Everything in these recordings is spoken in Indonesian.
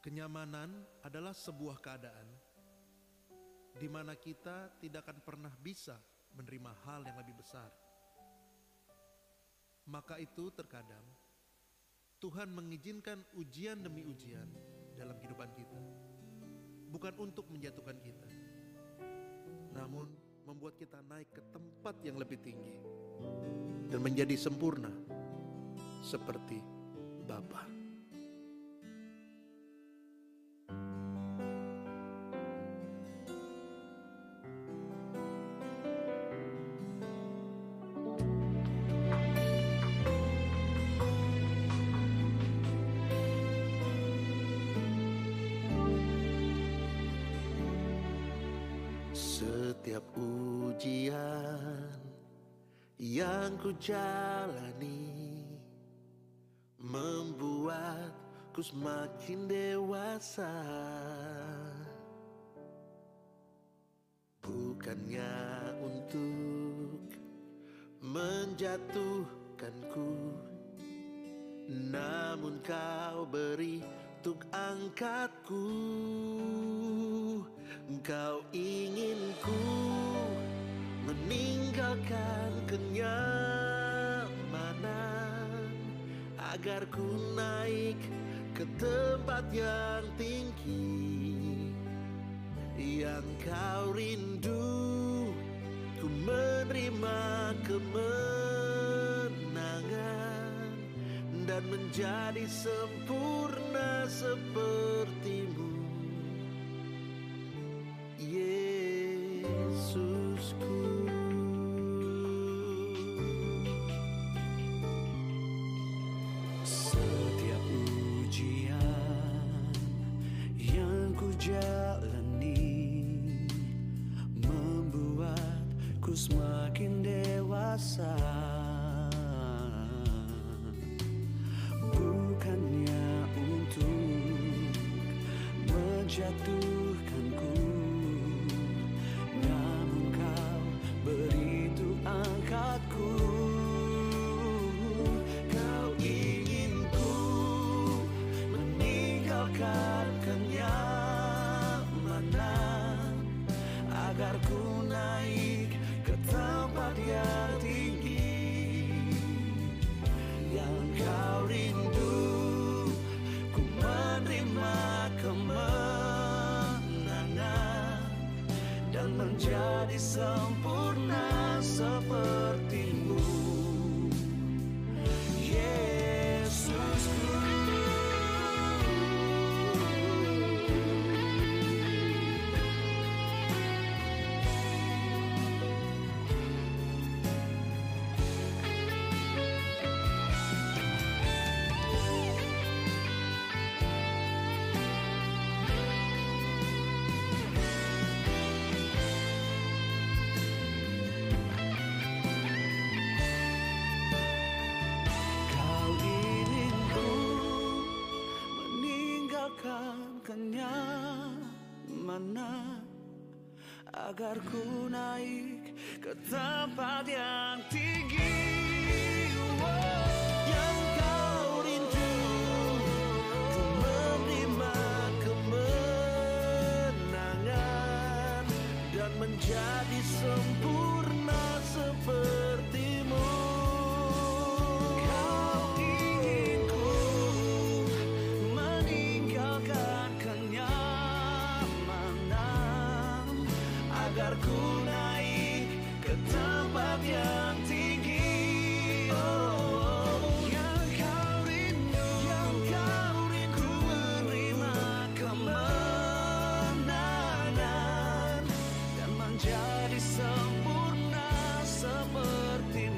Kenyamanan adalah sebuah keadaan di mana kita tidak akan pernah bisa menerima hal yang lebih besar. Maka itu terkadang Tuhan mengizinkan ujian demi ujian dalam kehidupan kita. Bukan untuk menjatuhkan kita, namun membuat kita naik ke tempat yang lebih tinggi dan menjadi sempurna seperti Bapa. Setiap ujian yang ku jalani membuatku semakin dewasa. Bukannya untuk menjatuhkanku, namun Kau beri untuk angkatku. Engkau inginku meninggalkan kenyamanan agar ku naik ke tempat yang tinggi. Yang Kau rindu, ku menerima kemenangan dan menjadi sempurna seperti-Mu, Yesusku. Setiap ujian yang ku jalani membuatku semakin dewasa. Bukannya untuk menjatuhkanku, namun Kau beri untuk angkatku. Kau inginku meninggalkan kenyamanan agar ku naik ke tempat yang tinggi. Yang Kau rindu, ku menerima kemenangan dan menjadi sempurna seperti-Mu, Yesusku. Kenyamanan agar ku naik ke tempat yang tinggi. Yang Kau rindu, ku menerima kemenangan dan menjadi sempurna seperti-Mu. Kau inginku meninggalkan kenyamanan agar ku naik ke tempat yang tinggi. Yang Kau rindu, ku menerima kemenangan dan menjadi sempurna seperti-Mu.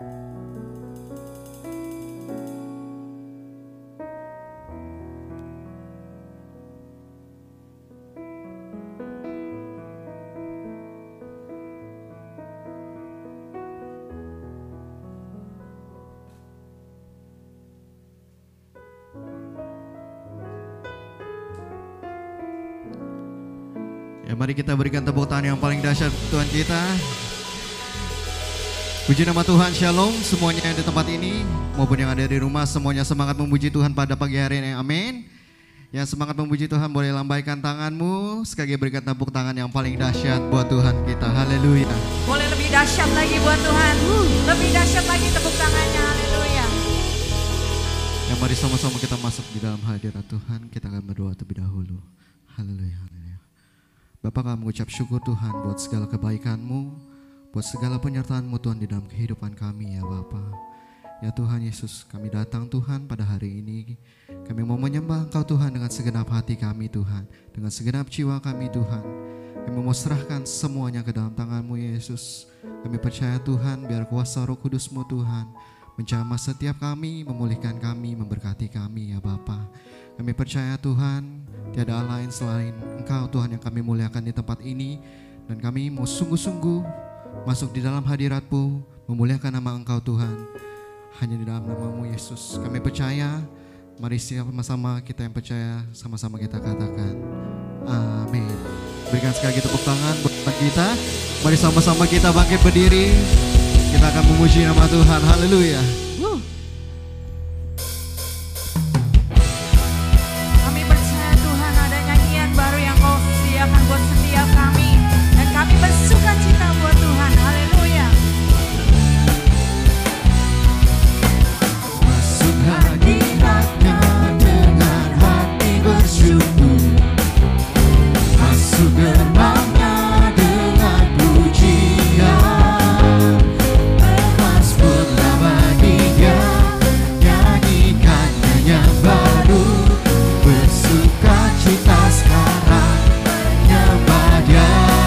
Ya, mari kita berikan tepuk tangan yang paling dahsyat Tuhan kita. Puji nama Tuhan, Shalom semuanya yang di tempat ini maupun yang ada di rumah, semuanya semangat memuji Tuhan pada pagi hari ini, amin. Yang semangat memuji Tuhan boleh lambaikan tanganmu, sekali berikan tepuk tangan yang paling dahsyat buat Tuhan kita, haleluya. Boleh lebih dahsyat lagi buat Tuhan, lebih dahsyat lagi tepuk tangannya, haleluya. Ya, mari sama-sama kita masuk di dalam hadirat Tuhan, kita akan berdoa terlebih dahulu, haleluya, haleluya. Bapak, kami mengucap syukur Tuhan buat segala kebaikan-Mu, buat segala penyertaan-Mu Tuhan di dalam kehidupan kami ya Bapa. Ya Tuhan Yesus, kami datang Tuhan pada hari ini. Kami mau menyembah Engkau Tuhan dengan segenap hati kami Tuhan, dengan segenap jiwa kami Tuhan. Kami mau serahkan semuanya ke dalam tangan-Mu Yesus. Kami percaya Tuhan biar kuasa Roh Kudus-Mu Tuhan menjamah setiap kami, memulihkan kami, memberkati kami ya Bapa. Kami percaya Tuhan tiada Allah lain selain Engkau Tuhan yang kami muliakan di tempat ini. Dan kami mau sungguh-sungguh masuk di dalam hadirat-Mu, memuliakan nama Engkau Tuhan, hanya di dalam nama-Mu Yesus. Kami percaya, mari sama-sama kita yang percaya, sama-sama kita katakan amin. Berikan sekali lagi tepuk tangan buat kita. Mari sama-sama kita bangkit berdiri. Kita akan memuji nama Tuhan, haleluya. Kami percaya Tuhan ada nyanyian baru yang Kau sediakan buat setiap kami. Dan kami bersuka cita buat Tuhan, haleluya. Masuk hadirat-Nya dengan hati bersyukur, masuk gerbang-Nya dengan pujian, bermasmurlah bagi Dia, nyanyikan nyanyian baru, bersuka cita sekarang, menyembah Dia.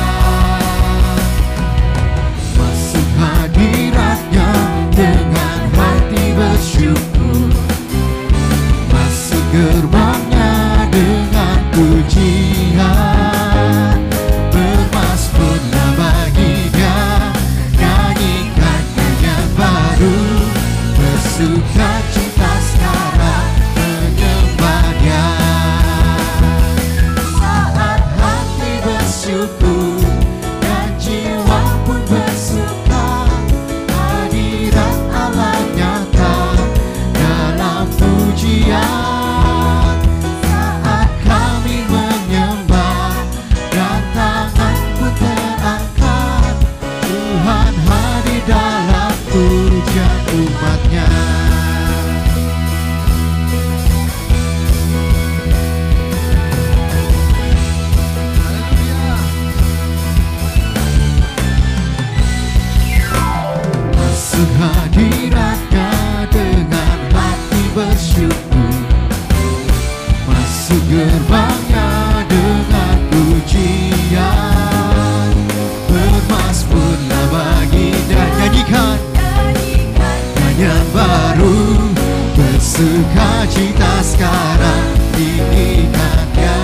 Masuk hadirat-Nya dengan hati bersyukur, masuk gerbang-Nya dengan pujian, bermasmurlah bagi Dia, nyanyikan nyanyian baru, bersuka cita sekarang, menyembah Dia. Saat hati bersyukur dan jiwa pun bersuka, hadirat Allah nyata dalam pujian. Saat kami menyembah dan tangan pun terangkat, Tuhan hadir dalam pujian umat-Nya. Masuk hadirat-Nya dengan hati bersyukur, masuk gerbang-Nya dengan pujian, bermasmurlah bagi Dia, nyanyikan nyanyian baru, bersuka cita sekarang, tinggikan Dia.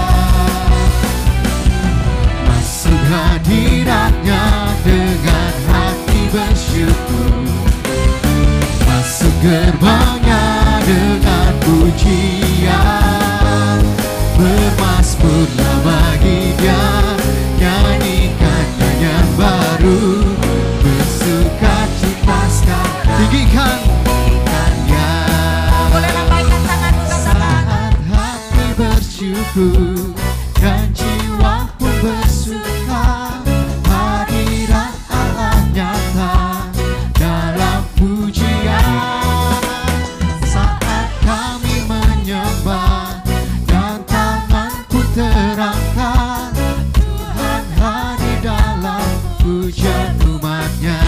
Masuk hadirat-Nya dengan hati bersyukur, masuk gerbang-Nya dengan pujian, bermasmurlah bagi Dia, nyanyikan nyanyian baru, bersuka cita sekarang, tinggikan Dia. Boleh lambaikan tanganmu, katakan. Saat hati bersyukur dan jiwa pun bersuka, hadirat Allah nyata dalam pujian. Saat kami menyembah dan tangan pun terangkat, Tuhan hadir dalam pujian umat-Nya.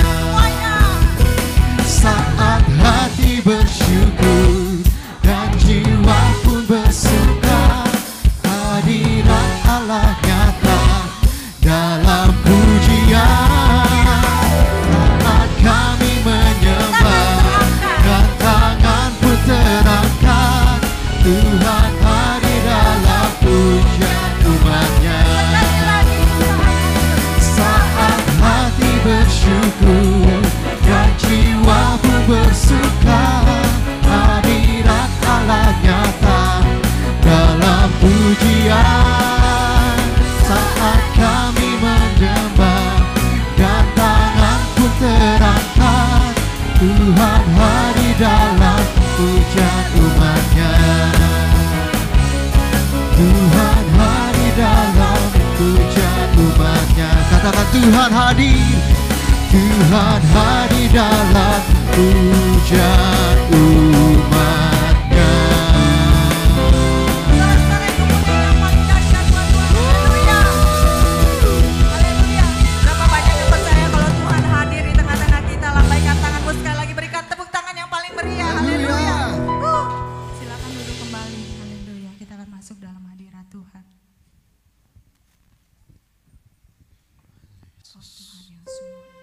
Saat hati bersyukur dan jiwa pun bersuka, hadirat Allah nyata dalam pujian. Saat kami Tuhan hadir dalam hujan umatnya. Tuhan hadir dalam hujan umatnya. Katakan Tuhan hadir. Tuhan hadir dalam hujan umatnya. Saudara-saudara, itu pujian yang paling dahsyat buat Tuhan. Haleluya. Haleluya. Berapa banyak yang percaya kalau Tuhan hadir di tengah-tengah kita? Lambaikan tanganmu sekali lagi, berikan tepuk tangan yang paling meriah. Haleluya. Silakan duduk kembali. Haleluya. Kita akan masuk dalam hadirat Tuhan. Oh Tuhan yang sungguh indah.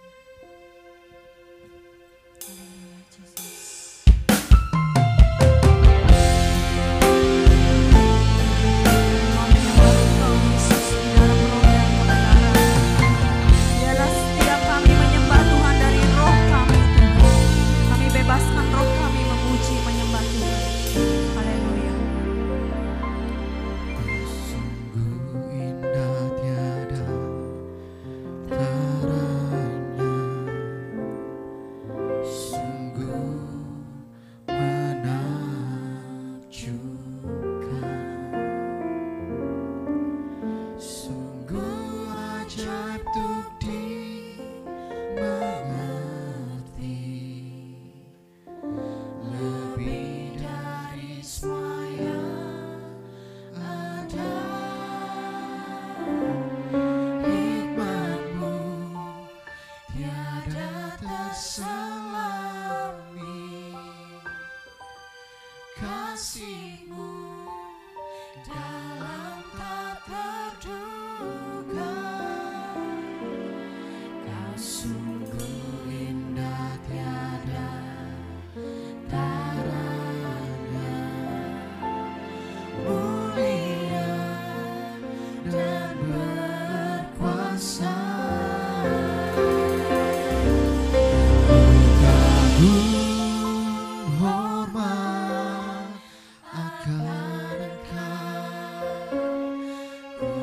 Haleluya, Jesus. Kami menyembah Engkau, Yesus, di dalam roh dan kebenaran. Biarlah setiap kami menyembah Tuhan dari roh kami, Tuhan. Kami bebaskan roh kami memuji, menyembah Tuhan. Haleluya. Sungguh indah tiada taranya, sungguh menakjubkan, sungguh ajaib untuk dimengerti, lebih dari semua yang ada. Hikmat-Mu tiada terselami, kasih-Mu dalam tak terduga. Kau sungguh indah tiada taranya, mulia dan berkuasa. Kagum hormat akan Engkau, ku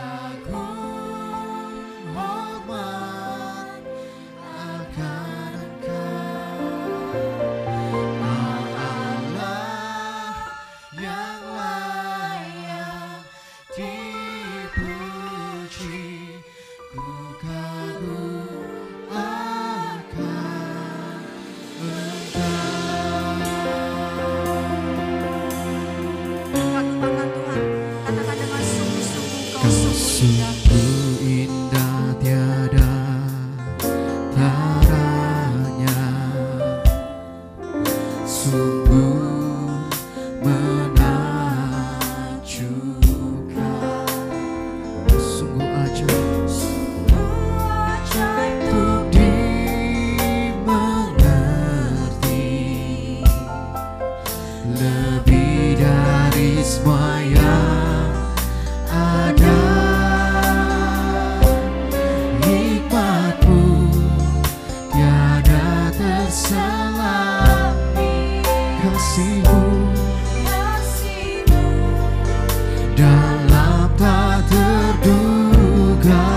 kagum hormat akan Engkau. Kau Allah yang layak dipuji, ku kagum akan Kagum akan Tuhan. Katakan dengan sungguh-sungguh, Kau Kau sungguh indah. sungguh indah tiada taranya, sungguh menakjubkan, sungguh ajaib untuk dimengerti, lebih dari semua yang ada. Hikmat-Mu tiada terselami, kasih-Mu dalam tak terduga.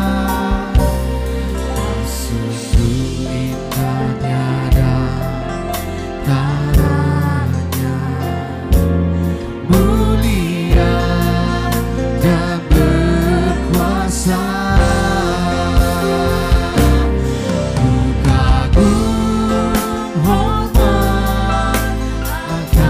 Kau sungguh indah tiada taranya, mulia dan berkuasa. Ku kagum hormat akan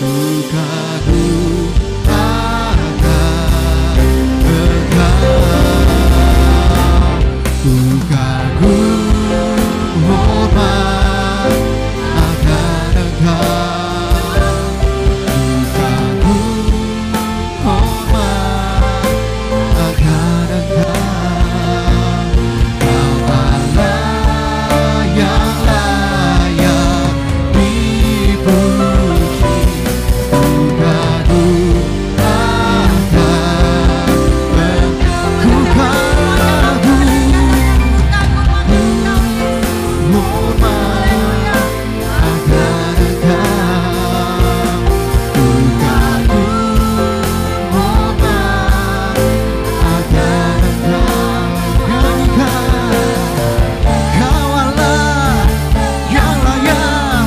ku kagum akan Engkau, ku kagum hormat akan Engkau, ku kagum hormat akan Engkau. Kau Allah yang layak dipuji, ku kagum akan Engkau, ku kagum hormat akan Engkau, ku kagum hormat akan Engkau. Nyanyikan, Kau Allah yang layak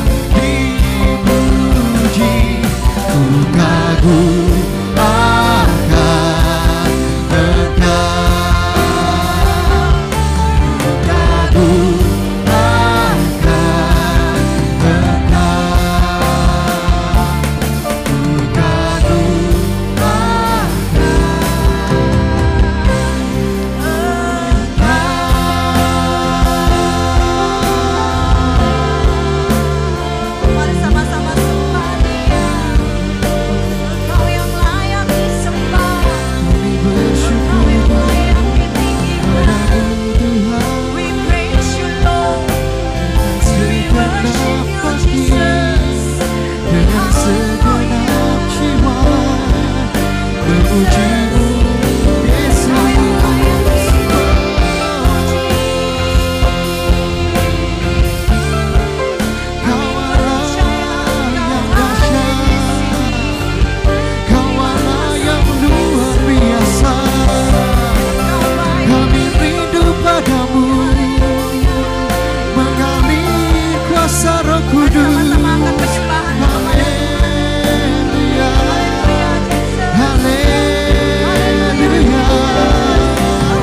dipuji, ku kagum akan Engkau, ku kagum akan Engkau, ku kagum Mari sama-sama sembah Dia. Engkau yang layak disembah, Kami bersyukur Engkau yang layak ditinggikan. We praise you Lord, we worship you Jesus. dengan segenap jiwa memuji-Mu Yesus. Engkau yang layak Kau Allah yang dahsyat, Kau Allah yang luar biasa. Kami rindu padamu, mengalir kuasa Roh Kudus. Sama-sama angkat penyembahan. Haleluya, Haleluya, Jesus. haleluya.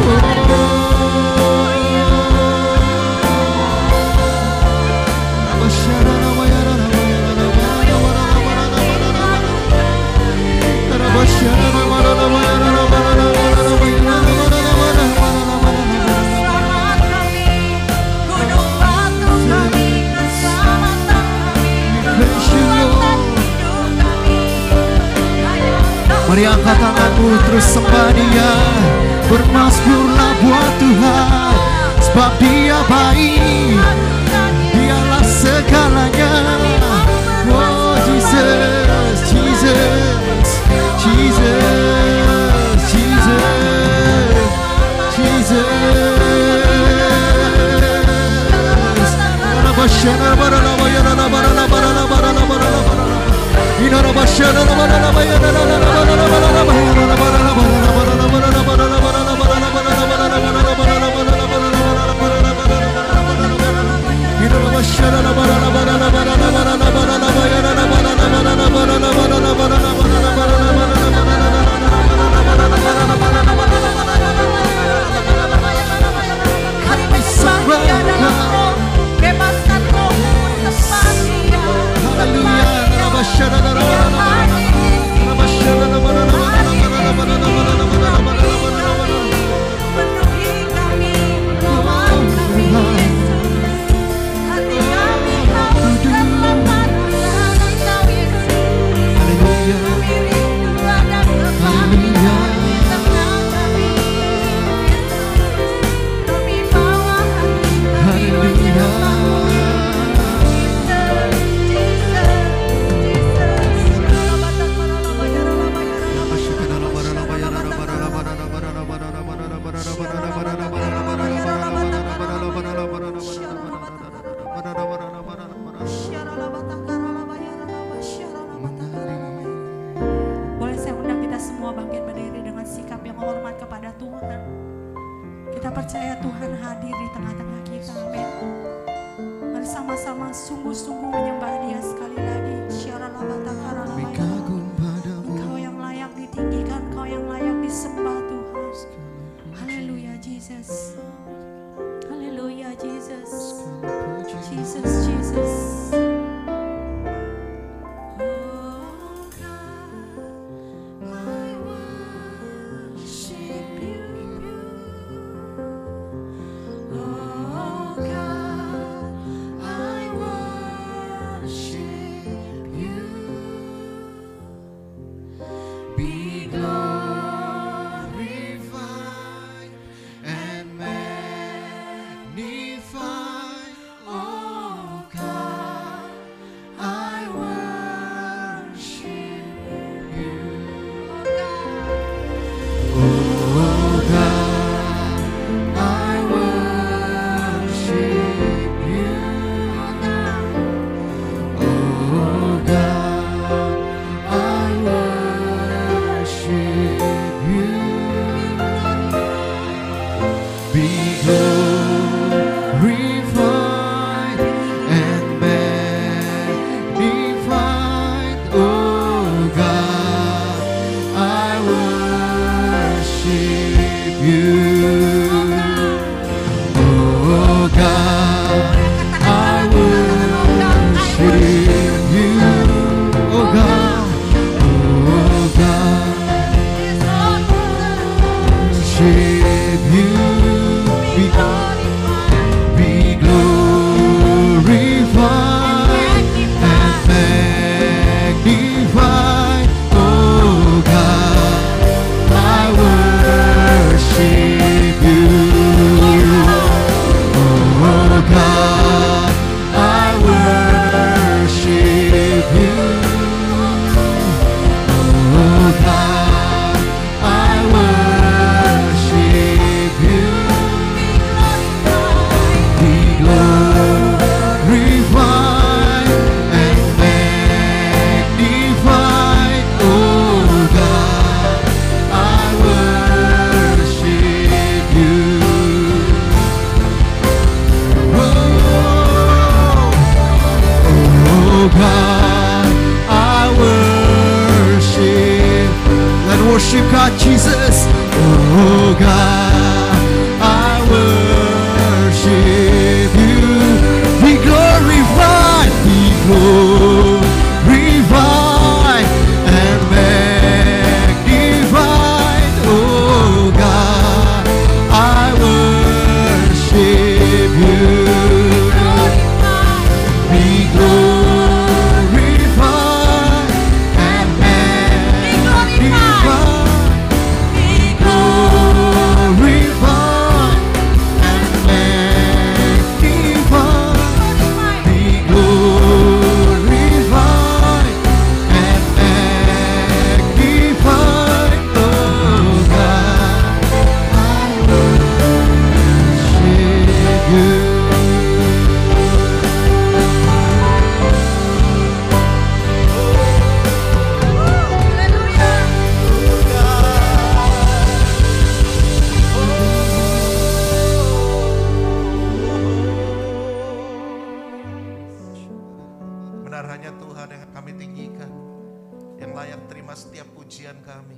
Selamat kami, gunung batu kami, keselamatan kami, kekuatan hidup kami. Mari angkat tanganmu, terus sembah Dia. Bermasmurlah buat Tuhan, sebab Dia baik, Dialah segalanya. Oh Jesus, Jesus, Jesus, Jesus, Kami menyembah Dia dalam roh, bebaskan rohmu, sembah Dia, sembah Dia. Dia hadir di sini. Penuhi kami, Tuhan kami Yesus. Hati kami haus kelemah Tuhan Engkau Yesus. Haleluya. Kami rindu ada kebaikan di tengah kami Yesus. Kami bawa hati kami menyembahmu Boleh saya undang kita semua bangkit berdiri dengan sikap yang hormat kepada Tuhan. Kita percaya Tuhan hadir di tengah-tengah kita. Amin. Mari sama-sama sungguh-sungguh menyembah Dia sekali lagi. Kami kagum padamu. Engkau yang layak ditinggikan, Engkau yang layak disembah Tuhan. Haleluya Jesus. Haleluya Jesus. Jesus, Jesus. Oh. worship God, Jesus. Oh God, I worship you. Be glorified, and magnified. Oh God, I worship you. Be glorified and magnified. Be glorified and magnified. Be glorified and magnified. Oh God, I worship you. Benar hanya Tuhan yang kami tinggikan, yang layak terima setiap pujian kami.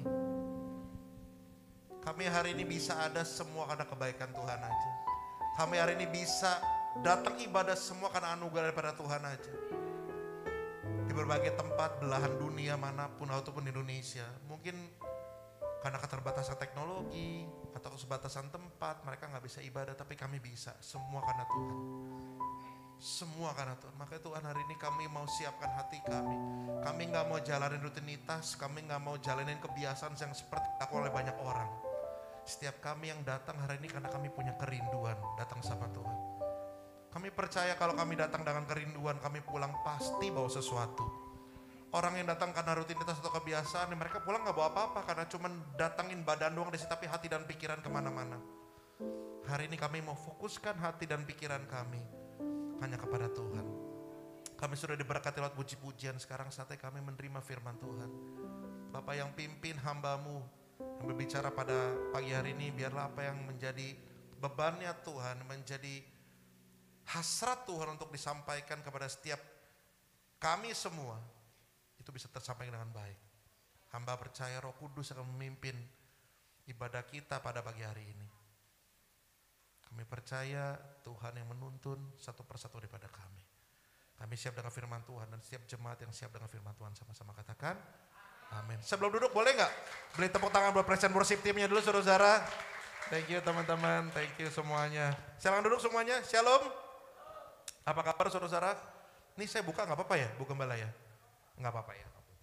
Kami hari ini bisa ada semua karena kebaikan Tuhan aja. Kami hari ini bisa datang ibadah semua karena anugerah daripada Tuhan aja. Di berbagai tempat, belahan dunia manapun ataupun Indonesia. Mungkin karena keterbatasan teknologi atau keterbatasan tempat, mereka nggak bisa ibadah, tapi kami bisa. Semua karena Tuhan. Semua karena Tuhan. Makanya Tuhan hari ini kami mau siapkan hati kami. Kami gak mau jalanin rutinitas, kami gak mau jalanin kebiasaan yang seperti dilakukan oleh banyak orang. Setiap kami yang datang hari ini karena kami punya kerinduan datang sama Tuhan. Kami percaya kalau kami datang dengan kerinduan, kami pulang pasti bawa sesuatu. Orang yang datang karena rutinitas atau kebiasaan, mereka pulang gak bawa apa-apa karena cuma datangin badan doang di situ, tapi hati dan pikiran kemana-mana. Hari ini kami mau fokuskan hati dan pikiran kami hanya kepada Tuhan. Kami sudah diberkati lewat puji-pujian, sekarang saatnya kami menerima firman Tuhan. Bapak yang pimpin hamba-Mu yang berbicara pada pagi hari ini, biarlah apa yang menjadi bebannya Tuhan, menjadi hasrat Tuhan untuk disampaikan kepada setiap kami semua, itu bisa tersampaikan dengan baik. Hamba percaya Roh Kudus akan memimpin ibadah kita pada pagi hari ini. Kami percaya Tuhan yang menuntun satu persatu daripada kami. Kami siap dengan firman Tuhan dan setiap jemaat yang siap dengan firman Tuhan sama-sama katakan amin. Sebelum duduk boleh gak beri tepuk tangan buat present worship timnya dulu saudara. Thank you teman-teman, thank you semuanya. Silakan duduk semuanya, shalom. Apa kabar saudara? Ini saya buka gak apa-apa ya Bu Gembala ya? Gak apa-apa ya.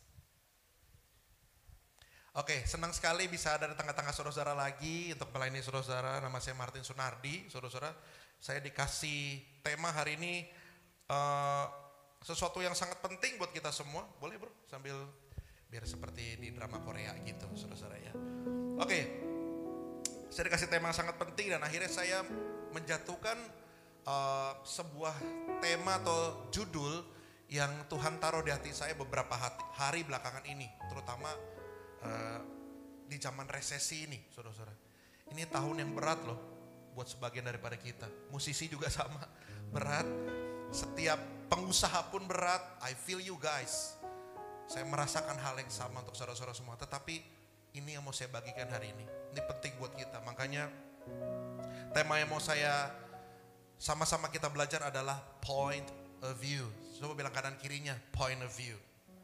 Oke, senang sekali bisa ada di tengah-tengah saudara-saudara lagi untuk melayani saudara-saudara. Nama saya Martin Sunardi, saudara-saudara. Saya dikasih tema hari ini sesuatu yang sangat penting buat kita semua. Boleh bro, sambil biar seperti di drama Korea gitu, saudara-saudara ya. Oke, saya dikasih tema yang sangat penting dan akhirnya saya menjatuhkan sebuah tema atau judul yang Tuhan taruh di hati saya beberapa hari belakangan ini, terutama di zaman resesi ini, saudara-saudara. Ini tahun yang berat loh buat sebagian daripada kita. Musisi juga sama, berat. Setiap pengusaha pun berat. I feel you guys. Saya merasakan hal yang sama untuk saudara-saudara semua. Tetapi ini yang mau saya bagikan hari ini. Ini penting buat kita. Makanya tema yang mau saya sama-sama kita belajar adalah point of view. Coba bilang kanan kirinya, point of view.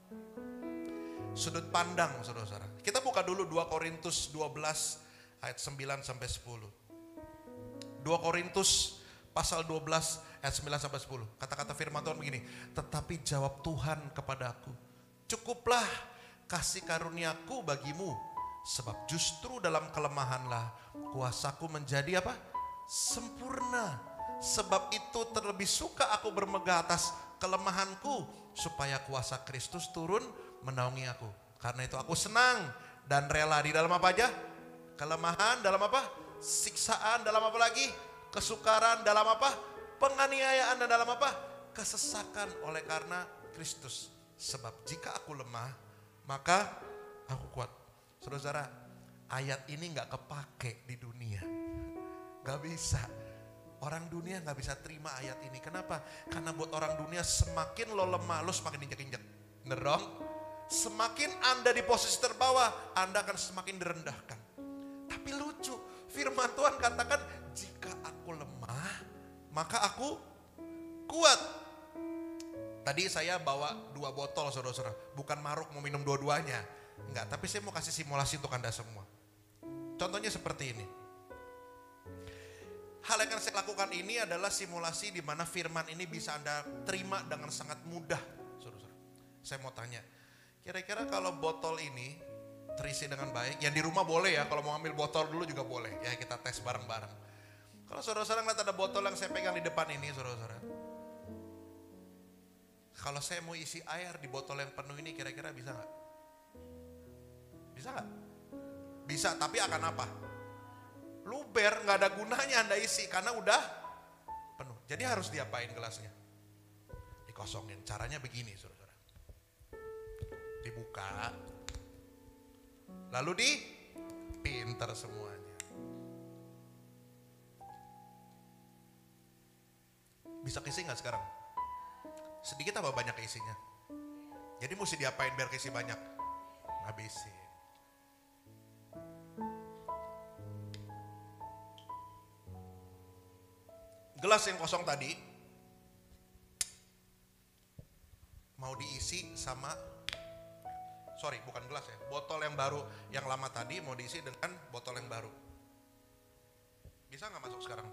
Sudut pandang saudara-saudara. Kita buka dulu 2 Korintus 12 ayat 9 sampai 10. 2 Korintus pasal 12 ayat 9 sampai 10. Kata-kata firman Tuhan begini, tetapi jawab Tuhan kepadaku, cukuplah kasih karuniaku bagimu, sebab justru dalam kelemahanlah kuasaku menjadi apa? Sempurna. Sebab itu terlebih suka aku bermegah atas kelemahanku, supaya kuasa Kristus turun menaungi aku. Karena itu aku senang dan rela di dalam apa aja? Kelemahan, dalam apa? Siksaan, dalam apa lagi? Kesukaran, dalam apa? Penganiayaan, dan dalam apa? Kesesakan oleh karena Kristus. Sebab jika aku lemah, maka aku kuat. Saudara-saudara, ayat ini gak kepake di dunia. Gak bisa. Orang dunia gak bisa terima ayat ini. Kenapa? Karena buat orang dunia semakin lo lemah, lo semakin injek-injek. Bener dong? Semakin Anda di posisi terbawah, Anda akan semakin direndahkan. Tapi lucu, firman Tuhan katakan, jika aku lemah, maka aku kuat. Tadi saya bawa 2 botol saudara-saudara. Bukan Maruk mau minum dua-duanya. Enggak, tapi saya mau kasih simulasi untuk Anda semua. Contohnya seperti ini. Hal yang akan saya lakukan ini adalah simulasi di mana firman ini bisa Anda terima dengan sangat mudah. Saudara-saudara. Saya mau tanya, kira-kira kalau botol ini terisi dengan baik, yang di rumah boleh ya, kalau mau ambil botol dulu juga boleh. Ya kita tes bareng-bareng. Kalau saudara-saudara ngeliat ada botol yang saya pegang di depan ini saudara-saudara. Kalau saya mau isi air di botol yang penuh ini kira-kira bisa gak? Bisa gak? Bisa, tapi akan apa? Luber, gak ada gunanya Anda isi karena udah penuh. Jadi harus diapain gelasnya? Dikosongin, caranya begini saudara. Dibuka, lalu pinter semuanya. Bisa keisi gak sekarang? Sedikit apa banyak keisinya? Jadi mesti diapain biar keisi banyak? Habisin. Gelas yang kosong tadi mau diisi sama, sorry bukan gelas ya, botol yang baru, yang lama tadi mau diisi dengan botol yang baru. Bisa gak masuk sekarang?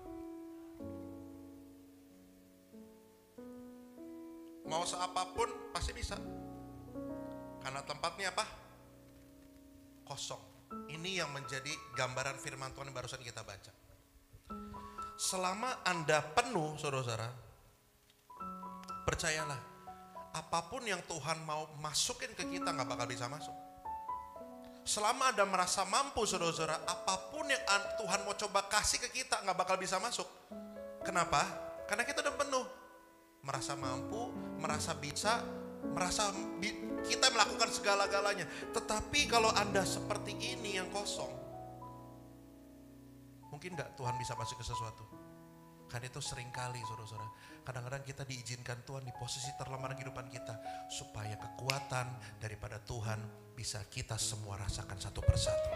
Mau seapapun pasti bisa. Karena tempatnya apa? Kosong. Ini yang menjadi gambaran firman Tuhan yang barusan kita baca. Selama Anda penuh saudara-saudara, percayalah, apapun yang Tuhan mau masukin ke kita gak bakal bisa masuk. Selama Anda merasa mampu saudara-saudara, apapun yang Tuhan mau coba kasih ke kita gak bakal bisa masuk. Kenapa? Karena kita udah penuh. Merasa mampu, merasa bisa, kita melakukan segala-galanya. Tetapi kalau Anda seperti ini yang kosong, mungkin gak Tuhan bisa masuk ke sesuatu. Karena itu seringkali saudara-saudara, kadang-kadang kita diizinkan Tuhan di posisi terlemah kehidupan kita, supaya kekuatan daripada Tuhan bisa kita semua rasakan satu persatu.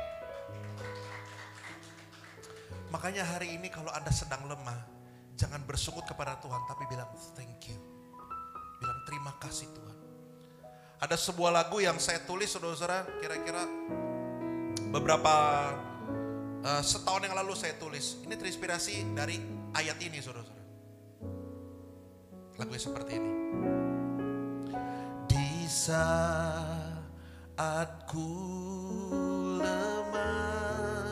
Makanya hari ini kalau Anda sedang lemah, jangan bersungut kepada Tuhan, tapi bilang thank you. Bilang terima kasih Tuhan. Ada sebuah lagu yang saya tulis saudara-saudara, kira-kira beberapa setahun yang lalu saya tulis. Ini terinspirasi dari ayat ini saudara-saudara. Lagunya seperti ini. Di saat ku lemah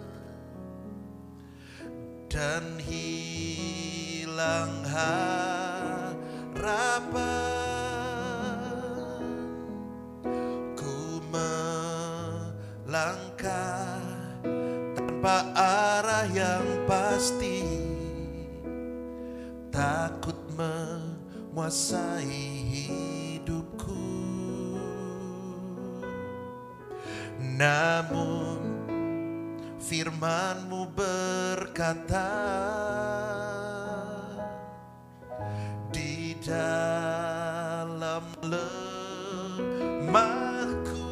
dan hilang harapan, ku melangkah tanpa arah yang pasti, takut menguasai hidupku. Namun firman-Mu berkata, di dalam lemahku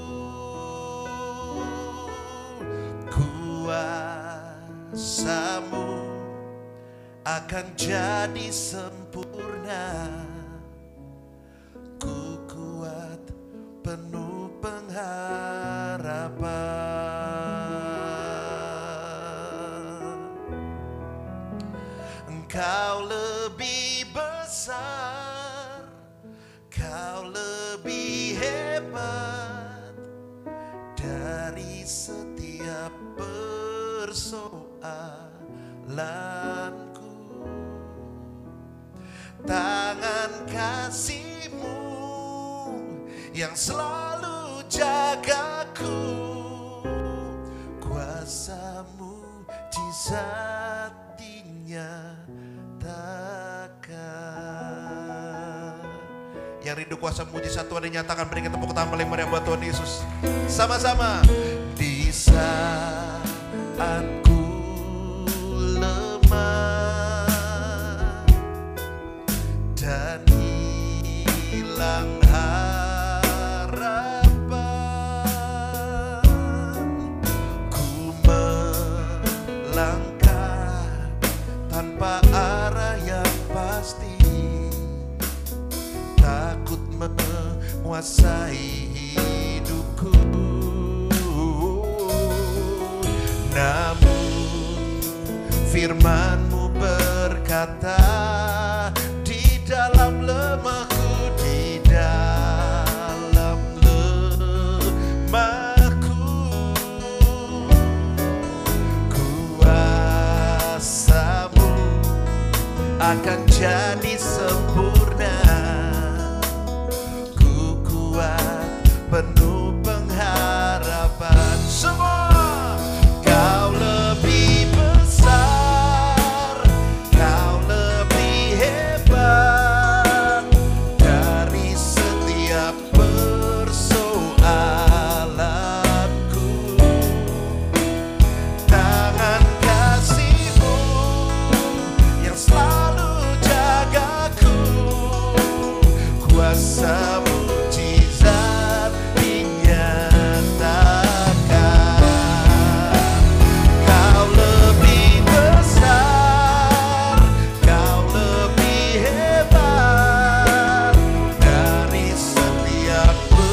kuasa-Mu akan jadi sempurna. Ku kuat penuh pengharapan. Engkau lebih besar, Kau lebih hebat dari setiap persoalanku. Tangan kasih-Mu yang selalu jagaku, kuasa-Mu mujizat dinyatakan. Yang rindu kuasa mujizat Tuhan dinyatakan, berikan tepuk tangan paling meriah buat Tuhan Yesus. Sama-sama. Di saat ku lemah dan hilang harapan, Firman-Mu berkata, di dalam lemahku, di dalam lemahku, kuasa-Mu akan jadi sempurna. Ku kuat, penuh pengharapan. Semua Kau lebih besar, Kau lebih hebat dari setiap persoalanku. Tangan kasih-Mu yang selalu jagaku, kuasa mujizat dinyatakan. Kau lebih besar, Kau lebih hebat dari setiap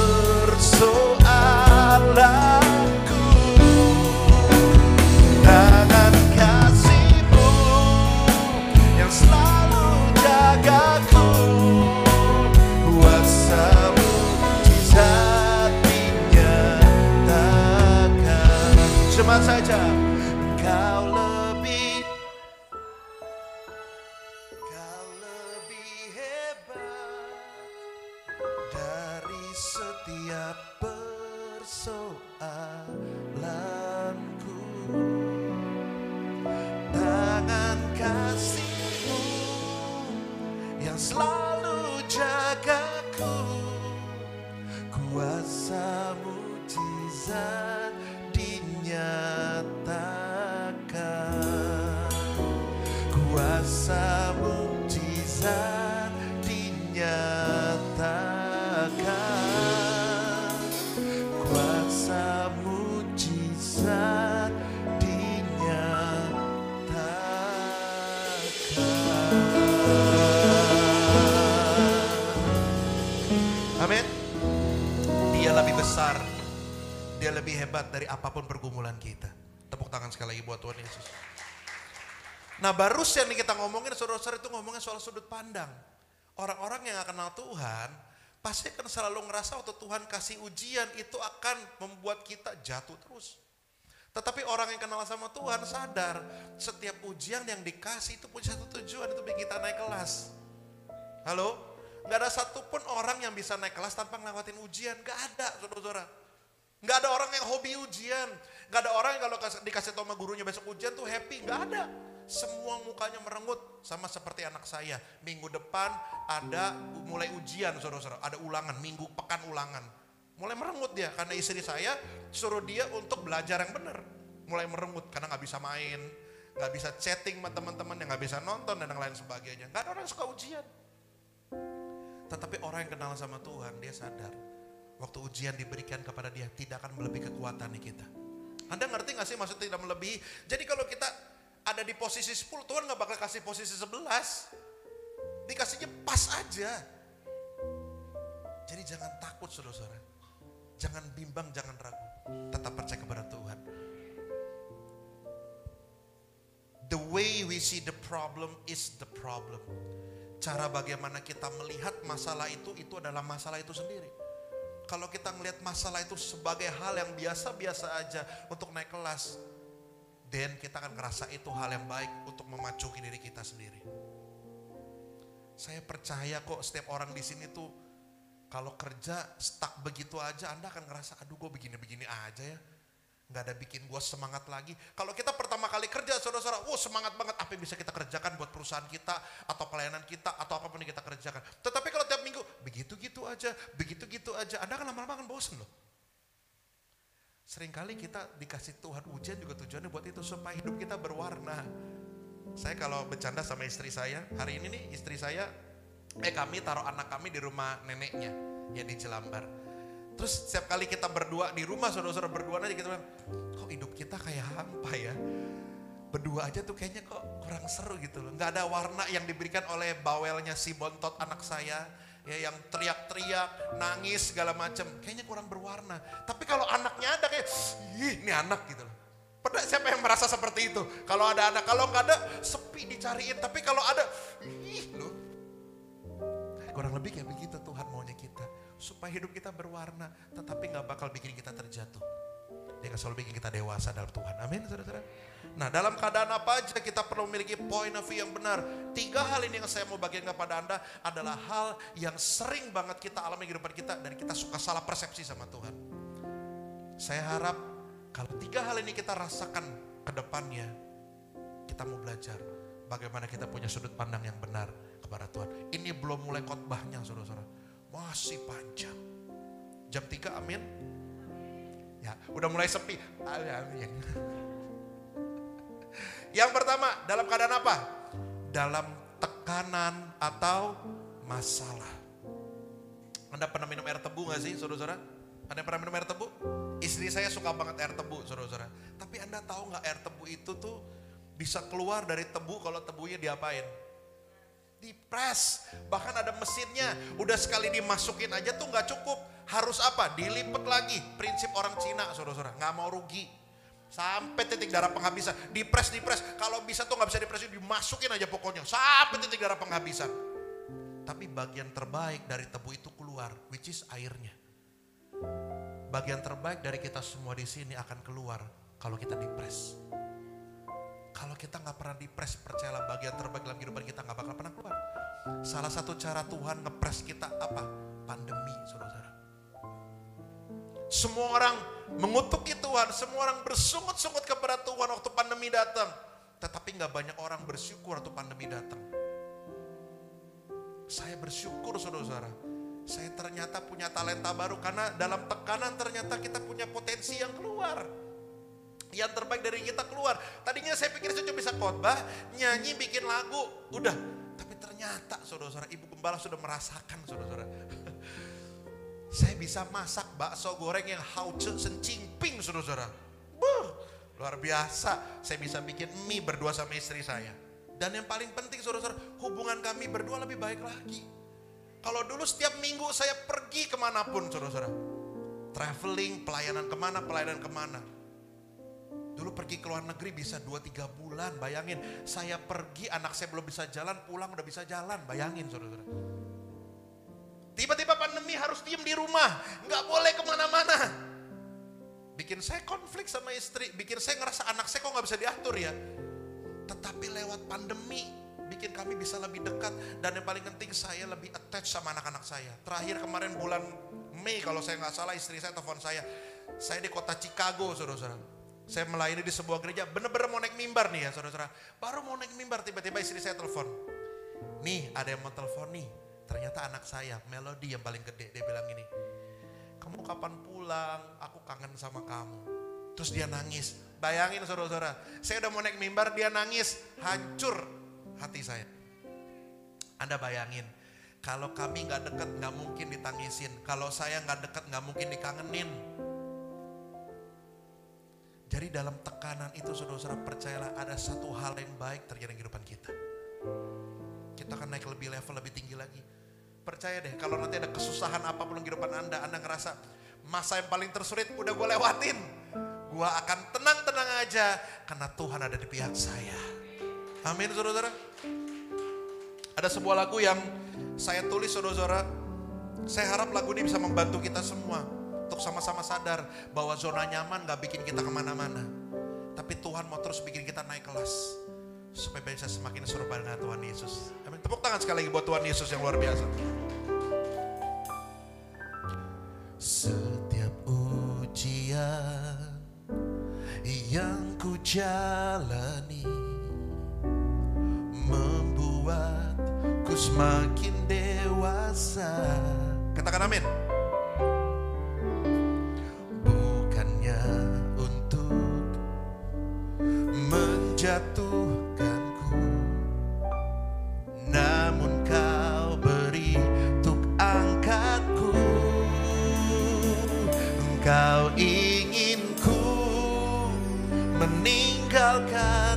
persoalanku. Tangan kasih-Mu yang selalu jagaku, kuasa mujizat dinyatakan. Cuma saja Kau lebih hebat dari setiap persoalanku. Tangan kasih-Mu yang selalu jagaku, kuasa mujizat dinyatakan. Kuasa mujizat dinyatakan. Kuasa mujizat dinyatakan. Amin. Dia lebih besar, Dia lebih hebat dari apapun pergumulan kita. Tepuk tangan sekali lagi buat Tuhan Yesus. Nah, barusan nih kita ngomongin, saudara-saudara, itu ngomongin soal sudut pandang. Orang-orang yang gak kenal Tuhan pasti akan selalu ngerasa waktu Tuhan kasih ujian itu akan membuat kita jatuh terus. Tetapi orang yang kenal sama Tuhan sadar setiap ujian yang dikasih itu punya satu tujuan, itu bikin kita naik kelas. Halo? Gak ada satupun orang yang bisa naik kelas tanpa ngelewatin ujian. Gak ada, saudara-saudara. Gak ada orang yang hobi ujian. Gak ada orang yang kalau dikasih tahu sama gurunya besok ujian tuh happy. Gak ada. Semua mukanya merengut, sama seperti anak saya. Minggu depan ada mulai ujian, saudara-saudara. Ada ulangan, minggu pekan ulangan. Mulai merengut dia, karena istri saya suruh dia untuk belajar yang benar. Mulai merengut, karena gak bisa main, gak bisa chatting sama teman-teman, yang gak bisa nonton dan yang lain sebagainya. Gak ada orang yang suka ujian. Tetapi orang yang kenal sama Tuhan, dia sadar waktu ujian diberikan kepada dia tidak akan melebihi kekuatan kita. Anda ngerti gak sih maksud tidak melebihi? Jadi kalau kita ada di posisi 10, Tuhan gak bakal kasih posisi 11. Dikasihnya pas aja. Jadi jangan takut, saudara-saudara. Jangan bimbang, jangan ragu. Tetap percaya kepada Tuhan. The way we see the problem is the problem. Cara bagaimana kita melihat masalah itu adalah masalah itu sendiri. Kalau kita melihat masalah itu sebagai hal yang biasa-biasa aja untuk naik kelas, dan kita akan ngerasa itu hal yang baik untuk memacuki diri kita sendiri. Saya percaya kok setiap orang di sini tuh kalau kerja stuck begitu aja, Anda akan ngerasa aduh gue begini-begini aja ya. Gak ada bikin gue semangat lagi. Kalau kita pertama kali kerja, saudara-saudara, semangat banget apa yang bisa kita kerjakan buat perusahaan kita, atau pelayanan kita, atau apapun yang kita kerjakan. Tetapi kalau tiap minggu, begitu-gitu aja, Anda akan lama-lama akan bosen loh. Seringkali kita dikasih Tuhan ujian juga tujuannya buat itu, supaya hidup kita berwarna. Saya kalau bercanda sama istri saya, hari ini nih istri saya, kami taruh anak kami di rumah neneknya, ya di Jelambar. Terus setiap kali kita berdua di rumah, saudara-saudara berdua aja kita bilang, kok hidup kita kayak hampa ya. Berdua aja tuh kayaknya kok kurang seru gitu loh. Gak ada warna yang diberikan oleh bawelnya si Bontot anak saya. Ya yang teriak-teriak, nangis segala macam. Kayaknya kurang berwarna. Tapi kalau anaknya ada kayak, ih ini anak gitu loh. siapa yang merasa seperti itu? Kalau ada anak, kalau nggak ada sepi dicariin. Tapi kalau ada, loh. Kurang lebih kayak begitu Tuhan maunya kita. Supaya hidup kita berwarna, tetapi nggak bakal bikin kita terjatuh. Dia akan selalu bikin kita dewasa dalam Tuhan. Amin, saudara-saudara. Nah, dalam keadaan apa aja kita perlu memiliki point of view yang benar. 3 hal ini yang saya mau bagikan kepada Anda adalah hal yang sering banget kita alami di kehidupan kita dan kita suka salah persepsi sama Tuhan. Saya harap kalau 3 hal ini kita rasakan ke depannya, kita mau belajar bagaimana kita punya sudut pandang yang benar kepada Tuhan. Ini belum mulai khotbahnya, saudara-saudara. Masih panjang. Jam 3, amin. Ya, udah mulai sepi. Amin. Yang pertama, dalam keadaan apa? Dalam tekanan atau masalah. Anda pernah minum air tebu gak sih, saudara-saudara? Ada yang pernah minum air tebu? Istri saya suka banget air tebu, saudara-saudara. Tapi Anda tahu gak air tebu itu tuh bisa keluar dari tebu kalau tebunya diapain? Dipres. Bahkan ada mesinnya. Udah sekali dimasukin aja tuh gak cukup. Harus apa? Dilipet lagi. Prinsip orang Cina, saudara-saudara. Gak mau rugi. Sampai titik darah penghabisan. Dipres. Kalau bisa tuh gak bisa dipres, dimasukin aja pokoknya. Sampai titik darah penghabisan. Tapi bagian terbaik dari tebu itu keluar, which is airnya. Bagian terbaik dari kita semua di sini akan keluar kalau kita dipres. Kalau kita gak pernah dipres, percayalah bagian terbaik dalam kehidupan kita gak bakal pernah keluar. Salah satu cara Tuhan ngepres kita apa? Pandemi, saudara-saudara. Semua orang mengutuki Tuhan, semua orang bersungut-sungut kepada Tuhan waktu pandemi datang. Tetapi gak banyak orang bersyukur waktu pandemi datang. Saya bersyukur, saudara-saudara. Saya ternyata punya talenta baru karena dalam tekanan ternyata kita punya potensi yang keluar. Yang terbaik dari kita keluar. Tadinya saya pikir saya cuma bisa khotbah, nyanyi, bikin lagu, udah. Tapi ternyata saudara-saudara, Ibu Gembala sudah merasakan, saudara-saudara. Saya bisa masak bakso goreng yang hauce sencingping, saudara-saudara. Luar biasa. Saya bisa bikin mie berdua sama istri saya. Dan yang paling penting, saudara-saudara, hubungan kami berdua lebih baik lagi. Kalau dulu setiap minggu saya pergi kemanapun, saudara-saudara. Traveling, pelayanan kemana. Dulu pergi ke luar negeri bisa 2-3 bulan, bayangin. Saya pergi, anak saya belum bisa jalan, pulang udah bisa jalan, bayangin, saudara-saudara. Tiba-tiba pandemi harus diem di rumah, gak boleh kemana-mana. Bikin saya konflik sama istri, bikin saya ngerasa anak saya kok gak bisa diatur ya. Tetapi lewat pandemi, bikin kami bisa lebih dekat. Dan yang paling penting saya lebih attach sama anak-anak saya. Terakhir kemarin bulan Mei kalau saya gak salah, istri saya telepon saya. Saya di kota Chicago, saudara-saudara. Saya melayani di sebuah gereja, bener-bener mau naik mimbar nih ya saudara-saudara. Baru mau naik mimbar, tiba-tiba istri saya telepon. Nih ada yang mau telepon nih. Ternyata anak saya, Melody yang paling gede. Dia bilang gini, kamu kapan pulang? Aku kangen sama kamu. Terus dia nangis. Bayangin saudara-saudara, saya udah mau naik mimbar, dia nangis. Hancur hati saya. Anda bayangin, kalau kami gak dekat gak mungkin ditangisin. Kalau saya gak dekat gak mungkin dikangenin. Jadi dalam tekanan itu saudara-saudara, percayalah ada satu hal yang baik terjadi di kehidupan kita. Kita akan naik lebih level, lebih tinggi lagi. Percaya deh, kalau nanti ada kesusahan apapun di kehidupan Anda ngerasa masa yang paling tersulit udah gue lewatin. Gue akan tenang-tenang aja karena Tuhan ada di pihak saya. Amin saudara-saudara. Ada sebuah lagu yang saya tulis saudara-saudara. Saya harap lagu ini bisa membantu kita semua. Untuk sama-sama sadar bahwa zona nyaman gak bikin kita kemana-mana. Tapi Tuhan mau terus bikin kita naik kelas. Supaya bisa semakin serupa dengan Tuhan Yesus. Amin. Tepuk tangan sekali lagi buat Tuhan Yesus yang luar biasa. Setiap ujian yang ku jalani membuatku semakin dewasa. Katakan amin. Menjatuhkanku, namun kau beri untuk angkatku. Engkau inginku meninggalkan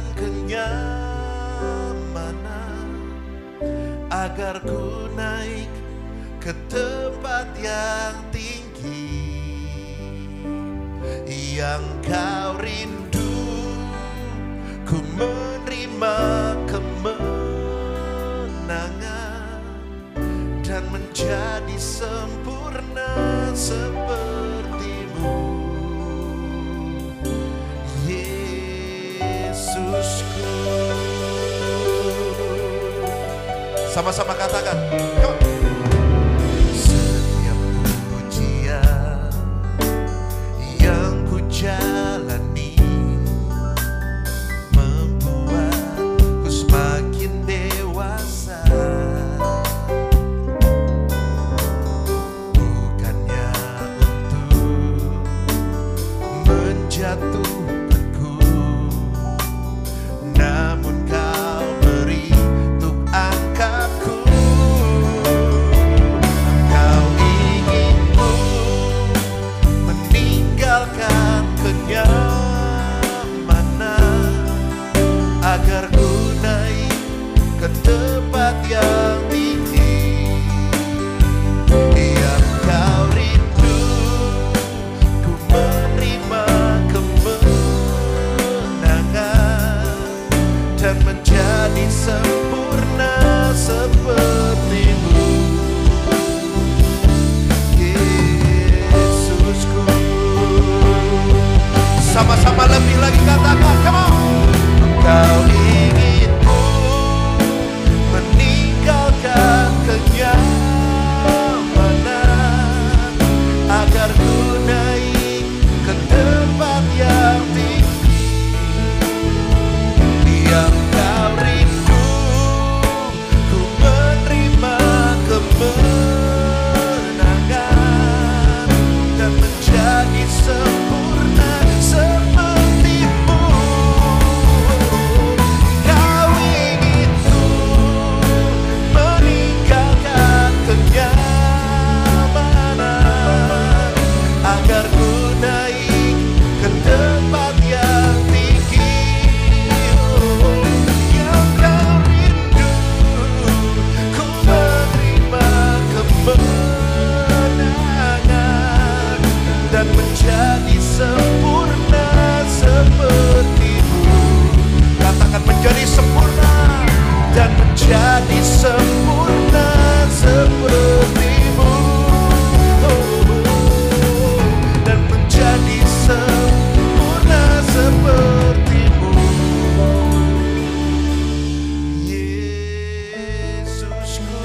kenyamanan agar ku naik ke tempat yang tinggi yang kau rindu. Sama-sama katakan. Come on. Setiap ujian yang ku jalani membuatku semakin dewasa. Bukannya untuk menjatuhkanku, namun Kau beri untuk angkatku. Kau inginku meninggalkan kenyamanan agar ku naik ke tempat yang tinggi. Yang Kau rindu, ku menerima kemenangan dan menjadi sempurna seperti-Mu, Yesusku. Sama-sama lebih lagi katakan, come on. Engkau inginku meninggalkan kenyamanan agar ku naik ke tempat yang tinggi. Yang Kau rindu, ku menerima kemenangan dan menjadi sempurna seperti-Mu. Kau inginku meninggalkan kenyamanan agar ku naik ke tempat yang tinggi. Yang Kau rindu, ku menerima kemenangan dan menjadi sempurna seperti-Mu. Katakan menjadi sempurna dan menjadi sempurna seperti-Mu. Dan menjadi sempurna seperti-Mu, Yesusku.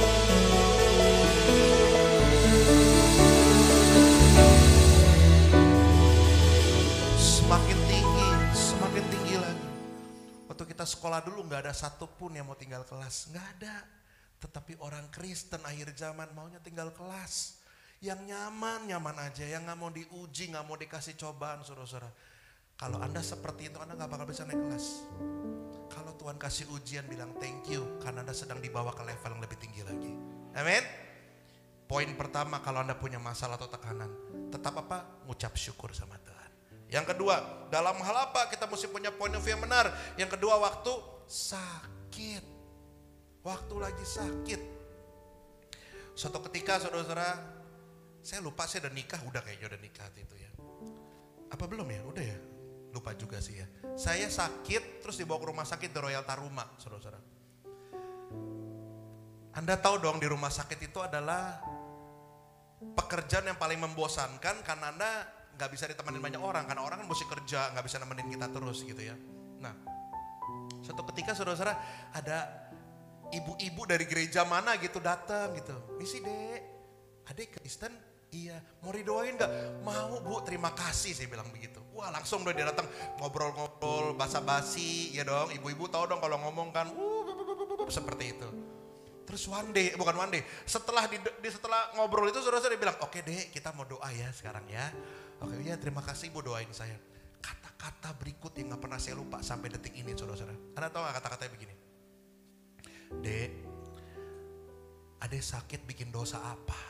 Semakin tinggi lagi. Waktu kita sekolah dulu nggak ada satupun yang mau tinggal kelas, nggak ada. Tetapi orang Kristen akhir zaman maunya tinggal kelas. Yang nyaman aja, yang nggak mau diuji, nggak mau dikasih cobaan, saudara-saudara. Kalau Anda seperti itu, Anda nggak bakal bisa naik kelas. Kalau Tuhan kasih ujian, bilang thank you, karena Anda sedang dibawa ke level yang lebih tinggi lagi. Amin. Poin pertama, kalau Anda punya masalah atau tekanan, tetap apa? Ngucap syukur sama Tuhan. Yang kedua, dalam hal apa kita mesti punya point of view yang benar? Yang kedua, waktu sakit. Waktu lagi sakit. Suatu ketika, saudara-saudara, saya lupa saya udah nikah, kayaknya udah nikah itu ya. Apa belum ya? Udah ya? Lupa juga sih ya. Saya sakit, terus dibawa ke rumah sakit di Royal Taruma, saudara-saudara. Anda tahu dong, di rumah sakit itu adalah pekerjaan yang paling membosankan karena Anda nggak bisa ditemenin banyak orang, karena orang kan mesti kerja, nggak bisa nemenin kita terus gitu ya. Nah, suatu ketika saudara-saudara ada ibu-ibu dari gereja mana gitu datang gitu. Misi dek, adik Kristen, iya, mau didoain nggak? Mau Bu, terima kasih, saya bilang begitu. Wah, langsung dia datang ngobrol-ngobrol, basa-basi, ya dong. Ibu-ibu tahu dong kalau ngomong kan, seperti itu. Terus setelah ngobrol itu saudara-saudara bilang, oke dek, kita mau doa ya sekarang ya. Oke ya, terima kasih Ibu doain saya. Kata-kata berikut yang gak pernah saya lupa sampai detik ini, saudara-saudara. Anda tahu gak kata-katanya begini? Dek, adek sakit bikin dosa apa?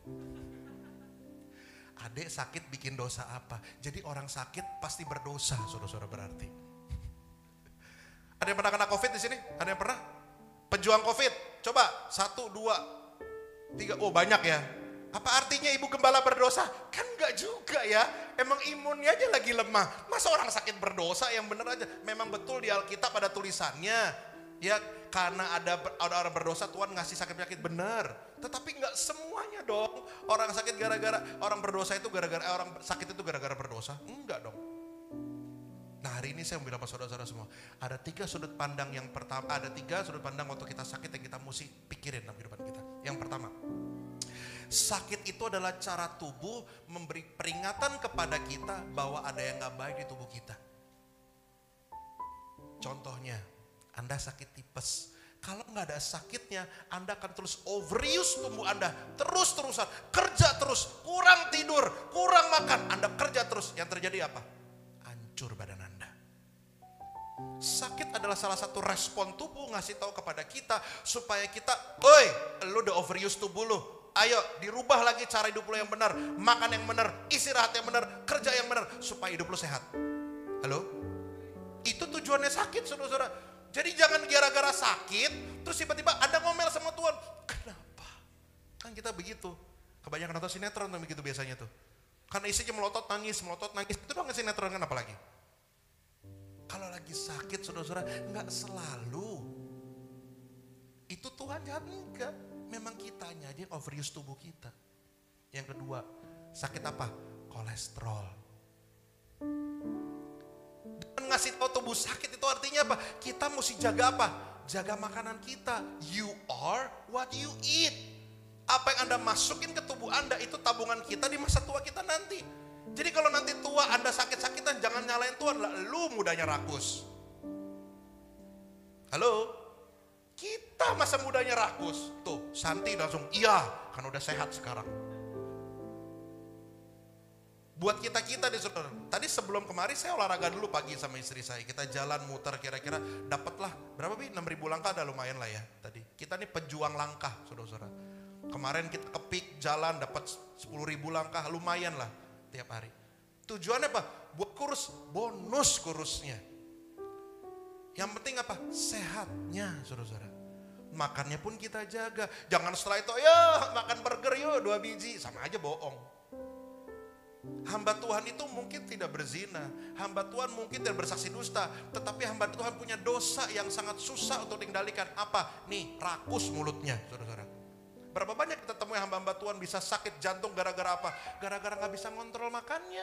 Adek sakit bikin dosa apa? Jadi orang sakit pasti berdosa, saudara-saudara, berarti. Ada yang pernah kena COVID di sini? Ada yang pernah? Pejuang COVID, coba 1, 2, 3, oh banyak ya. Apa artinya ibu gembala berdosa? Kan enggak juga ya, emang imunnya aja lagi lemah. Masa orang sakit berdosa? Yang benar aja, memang betul di Alkitab ada tulisannya. Ya karena ada orang berdosa Tuhan ngasih sakit penyakit, benar. Tetapi enggak semuanya dong. Orang sakit gara-gara, orang berdosa itu gara-gara, orang sakit itu gara-gara berdosa. Enggak dong. Nah hari ini saya mau bilang sama saudara-saudara semua, ada 3 sudut pandang yang pertama, ada 3 sudut pandang waktu kita sakit yang kita mesti pikirin dalam kehidupan kita. Yang pertama, sakit itu adalah cara tubuh memberi peringatan kepada kita bahwa ada yang gak baik di tubuh kita. Contohnya, Anda sakit tipes. Kalau nggak ada sakitnya, Anda akan terus overuse tubuh Anda. Terus-terusan, kerja terus, kurang tidur, kurang makan. Anda kerja terus, yang terjadi apa? Hancur badan Anda. Sakit adalah salah satu respon tubuh ngasih tahu kepada kita supaya kita, oi, lu udah overuse tubuh lu. Ayo dirubah lagi cara hidup lu yang benar, makan yang benar, istirahat yang benar, kerja yang benar supaya hidup lu sehat. Halo? Itu tujuannya sakit, saudara-saudara. Jadi jangan gara-gara sakit terus tiba-tiba Anda ngomel sama Tuhan. Kenapa? Kan kita begitu. Kebanyakan nonton sinetron tuh begitu biasanya tuh. Karena isinya melotot nangis. Itu doang sinetron kan apalagi. Kalau lagi sakit saudara-saudara nggak selalu. Itu Tuhan jahat enggak. Memang kitanya aja yang overuse tubuh kita. Yang kedua, sakit apa? Kolesterol. Ngasih tahu tubuh sakit itu artinya apa? Kita mesti jaga apa? Jaga makanan kita. You are what you eat. Apa yang Anda masukin ke tubuh Anda itu tabungan kita di masa tua kita nanti. Jadi kalau nanti tua Anda sakit-sakitan jangan nyalain Tuhan lah, lu mudanya rakus. Halo? Kita masa mudanya rakus. Tuh, Santi langsung iya, kan udah sehat sekarang. Buat kita-kita di saudara. Tadi sebelum kemarin saya olahraga dulu pagi sama istri saya. Kita jalan muter kira-kira dapatlah berapa Bi? 6.000 langkah ada lumayan lah ya tadi. Kita nih pejuang langkah saudara-saudara. Kemarin kita kepik jalan dapat 10.000 langkah lumayan lah tiap hari. Tujuannya apa? Buat kurus, bonus kurusnya. Yang penting apa? Sehatnya saudara-saudara. Makannya pun kita jaga. Jangan setelah itu ya makan burger yuk 2 biji. Sama aja bohong. Hamba Tuhan itu mungkin tidak berzina, hamba Tuhan mungkin tidak bersaksi dusta, tetapi hamba Tuhan punya dosa yang sangat susah untuk dikendalikan. Apa? Nih, rakus mulutnya, saudara-saudara. Berapa banyak kita temui hamba-hamba Tuhan bisa sakit jantung gara-gara apa? Gara-gara gak bisa ngontrol makannya.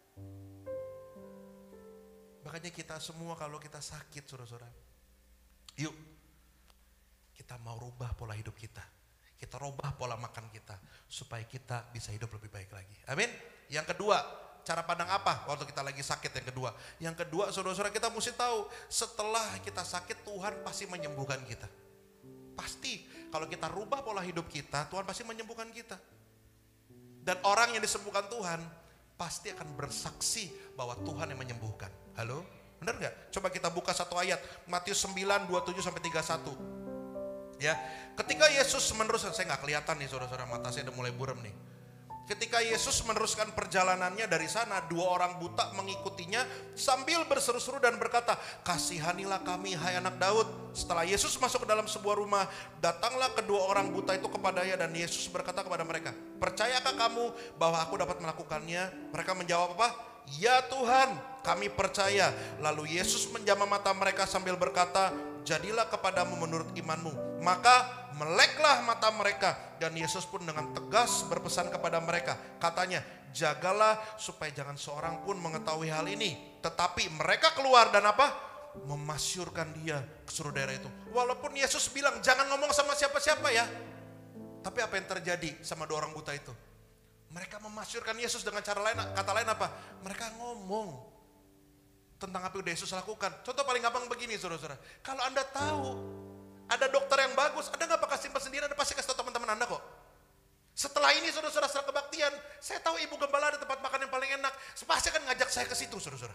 Makanya kita semua kalau kita sakit, saudara-saudara, yuk kita mau rubah pola hidup kita. Kita rubah pola makan kita supaya kita bisa hidup lebih baik lagi. Amin. Yang kedua, cara pandang apa waktu kita lagi sakit yang kedua? Yang kedua, saudara-saudara kita mesti tahu setelah kita sakit Tuhan pasti menyembuhkan kita. Pasti. Kalau kita rubah pola hidup kita, Tuhan pasti menyembuhkan kita. Dan orang yang disembuhkan Tuhan pasti akan bersaksi bahwa Tuhan yang menyembuhkan. Halo? Benar gak? Coba kita buka satu ayat. Matius 9, 27-31. Ya, ketika Yesus meneruskan, saya nggak kelihatan nih saudara-saudara, mata saya udah mulai buram nih. Ketika Yesus meneruskan perjalanannya dari sana, 2 orang buta mengikutinya sambil berseru-seru dan berkata, kasihanilah kami hai anak Daud. Setelah Yesus masuk ke dalam sebuah rumah, datanglah kedua orang buta itu kepadanya dan Yesus berkata kepada mereka, percayakah kamu bahwa aku dapat melakukannya? Mereka menjawab apa? Ya Tuhan, kami percaya. Lalu Yesus menjamah mata mereka sambil berkata, jadilah kepadamu menurut imanmu. Maka meleklah mata mereka dan Yesus pun dengan tegas berpesan kepada mereka. Katanya, jagalah supaya jangan seorang pun mengetahui hal ini. Tetapi mereka keluar dan apa? Memasyurkan dia ke seluruh daerah itu. Walaupun Yesus bilang jangan ngomong sama siapa-siapa ya. Tapi apa yang terjadi sama 2 orang buta itu? Mereka memasyurkan Yesus dengan cara lain, kata lain apa? Mereka ngomong tentang apa yang Yesus lakukan. Contoh paling gampang begini saudara-saudara. Kalau Anda tahu ada dokter yang bagus, Anda gak bakal simpan sendiri, Anda pasti kasih tahu teman-teman Anda kok. Setelah ini saudara-saudara setelah kebaktian, saya tahu Ibu Gembala ada tempat makan yang paling enak, pasti akan ngajak saya ke situ saudara-saudara.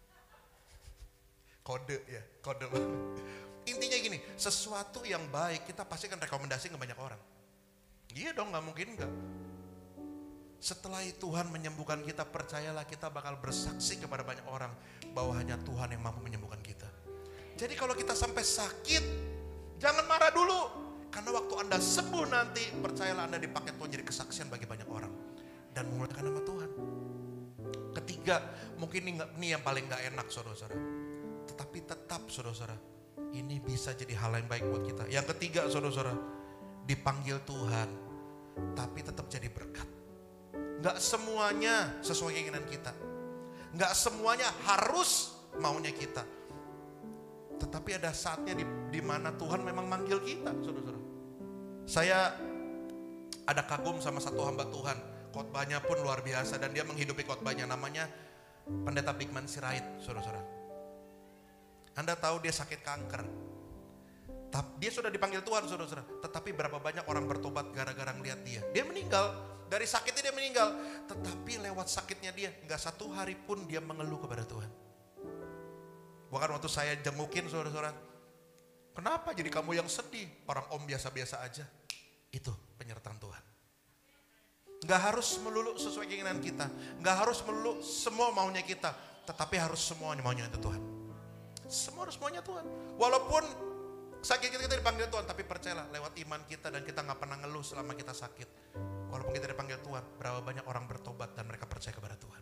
Kode ya, kode. Intinya gini, sesuatu yang baik kita pasti akan rekomendasi ke banyak orang. Iya dong, gak mungkin enggak. Setelah Tuhan menyembuhkan kita, percayalah kita bakal bersaksi kepada banyak orang bahwa hanya Tuhan yang mampu menyembuhkan kita. Jadi kalau kita sampai sakit, jangan marah dulu. Karena waktu Anda sembuh nanti, percayalah Anda dipakai Tuhan jadi kesaksian bagi banyak orang. Dan memuliakan nama Tuhan. Ketiga, mungkin ini yang paling gak enak saudara-saudara. Tetapi tetap saudara-saudara, ini bisa jadi hal yang baik buat kita. Yang ketiga saudara-saudara, dipanggil Tuhan, tapi tetap jadi berkat. Gak semuanya sesuai keinginan kita. Gak semuanya harus maunya kita. Tetapi ada saatnya di mana Tuhan memang manggil kita, saudara-saudara. Saya ada kagum sama satu hamba Tuhan, khotbahnya pun luar biasa dan dia menghidupi khotbahnya, namanya Pendeta Bigman Sirait, saudara-saudara. Anda tahu dia sakit kanker. Dia sudah dipanggil Tuhan, saudara-saudara. Tetapi berapa banyak orang bertobat gara-gara ngeliat dia. Dia meninggal, dari sakitnya dia meninggal. Tetapi lewat sakitnya dia, gak satu hari pun dia mengeluh kepada Tuhan. Bahkan waktu saya jengukin, saudara-saudara, kenapa jadi kamu yang sedih? Orang om biasa-biasa aja. Itu penyertaan Tuhan. Gak harus melulu sesuai keinginan kita. Gak harus melulu semua maunya kita. Tetapi harus semuanya maunya itu Tuhan. Semua harus maunya Tuhan. Walaupun sakit kita dipanggil Tuhan, tapi percayalah lewat iman kita dan kita gak pernah ngeluh selama kita sakit. Walaupun kita dipanggil Tuhan, berapa banyak orang bertobat dan mereka percaya kepada Tuhan.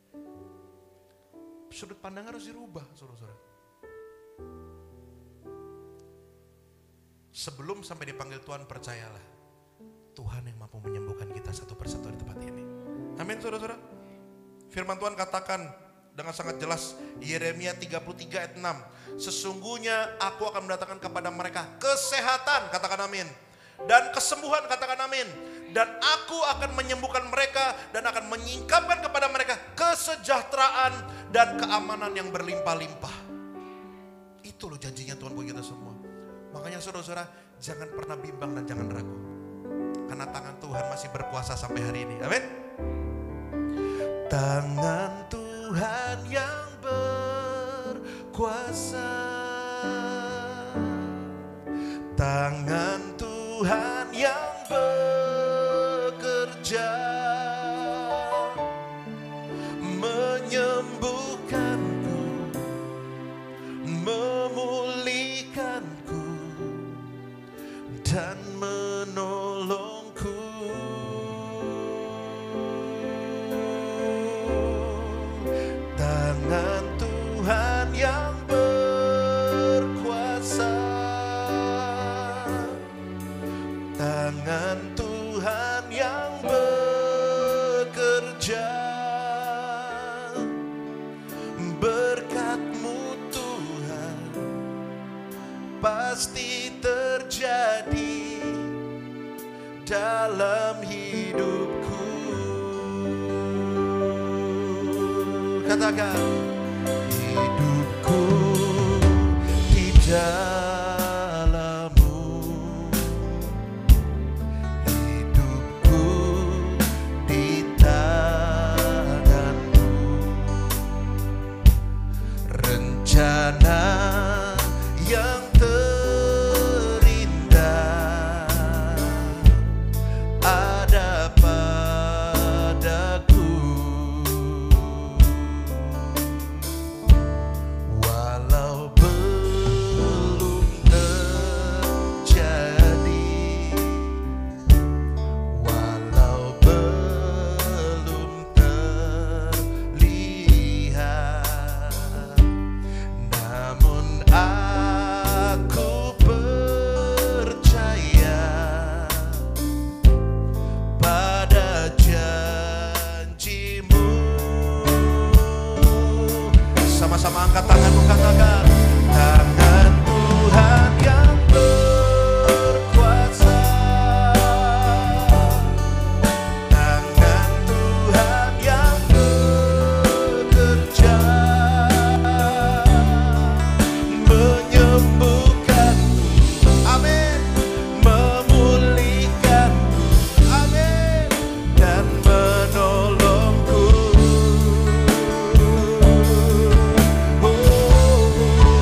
Sudut pandang harus dirubah, saudara-saudara. Sebelum sampai dipanggil Tuhan, percayalah Tuhan yang mampu menyembuhkan kita satu persatu di tempat ini. Amin, saudara-saudara. Firman Tuhan katakan dengan sangat jelas, Yeremia 33 ayat 6, sesungguhnya aku akan mendatangkan kepada mereka kesehatan, katakan amin, dan kesembuhan, katakan amin, dan aku akan menyembuhkan mereka dan akan menyingkapkan kepada mereka kesejahteraan dan keamanan yang berlimpah-limpah. Itu loh janjinya Tuhan buat kita semua. Makanya saudara-saudara, jangan pernah bimbang dan jangan ragu, karena tangan Tuhan masih berkuasa sampai hari ini. Amin. Tangan Tuhan yang berkuasa, tangan Tuhan yang bekerja, menyembuhkanku, memulihkanku, dan menolongku. Tangan Tuhan yang berkuasa, tangan Tuhan yang bekerja, berkat-Mu Tuhan pasti terjadi dalam hidupku. Katakan, hidupku di dalam-Mu, hidupku di tangan-Mu, rencana yang terindah ada padaku. Walau belum terjadi, walau belum terlihat, namun aku percaya pada janji-Mu. Sama-sama angkat tanganmu, katakan, tangan Tuhan yang berkuasa, tangan Tuhan yang bekerja, menyembuhkanku, amin, memulihkanku, amin, dan menolongku. Oh,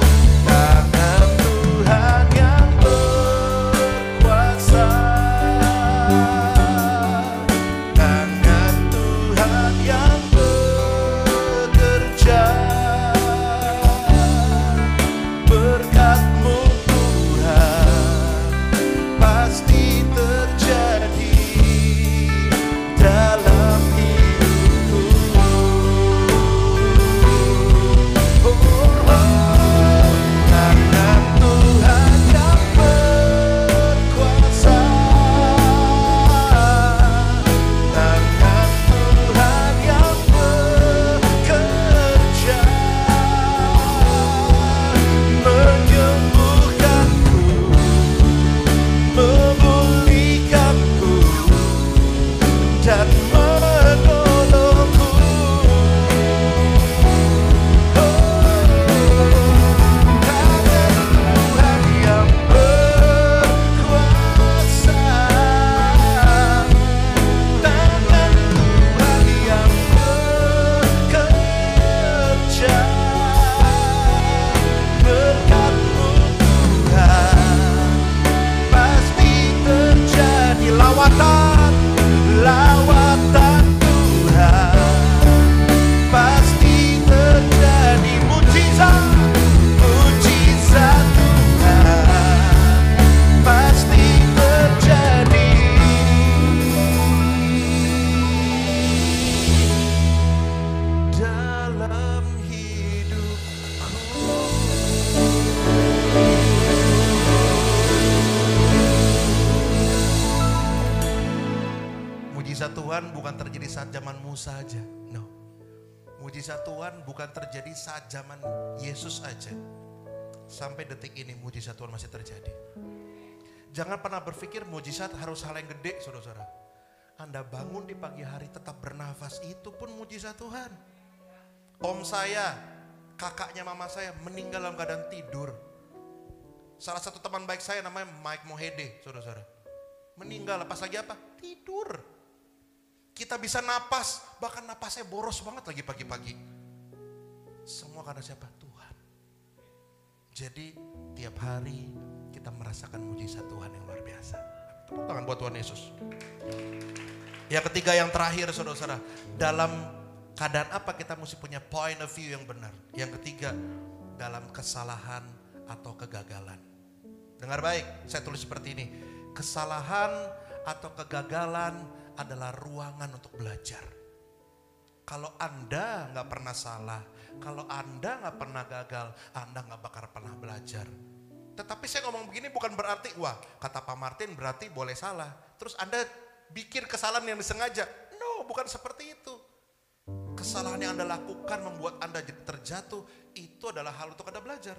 di saat zaman Musa aja. No. Mujizat Tuhan bukan terjadi saat zaman Yesus aja. Sampai detik ini mujizat Tuhan masih terjadi. Jangan pernah berpikir mujizat harus hal yang gede, saudara-saudara. Anda bangun di pagi hari tetap bernafas, itu pun mujizat Tuhan. Om saya, kakaknya mama saya meninggal dalam keadaan tidur. Salah satu teman baik saya namanya Mike Mohede, saudara-saudara. Meninggal pas lagi apa? Tidur. Kita bisa napas, bahkan napasnya boros banget lagi pagi-pagi. Semua karena siapa? Tuhan. Jadi tiap hari kita merasakan mujizat Tuhan yang luar biasa. Tepuk tangan buat Tuhan Yesus. Yang ketiga, yang terakhir saudara-saudara, dalam keadaan apa kita mesti punya point of view yang benar. Yang ketiga, dalam kesalahan atau kegagalan. Dengar baik, saya tulis seperti ini. Kesalahan atau kegagalan adalah ruangan untuk belajar. Kalau Anda nggak pernah salah, kalau Anda nggak pernah gagal, Anda nggak bakal pernah belajar. Tetapi saya ngomong begini bukan berarti, wah kata Pak Martin berarti boleh salah. Terus Anda bikin kesalahan yang disengaja. No, bukan seperti itu. Kesalahan yang Anda lakukan membuat Anda terjatuh, itu adalah hal untuk Anda belajar.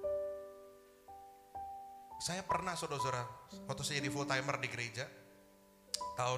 Saya pernah saudara-saudara, waktu saya jadi full timer di gereja, tahun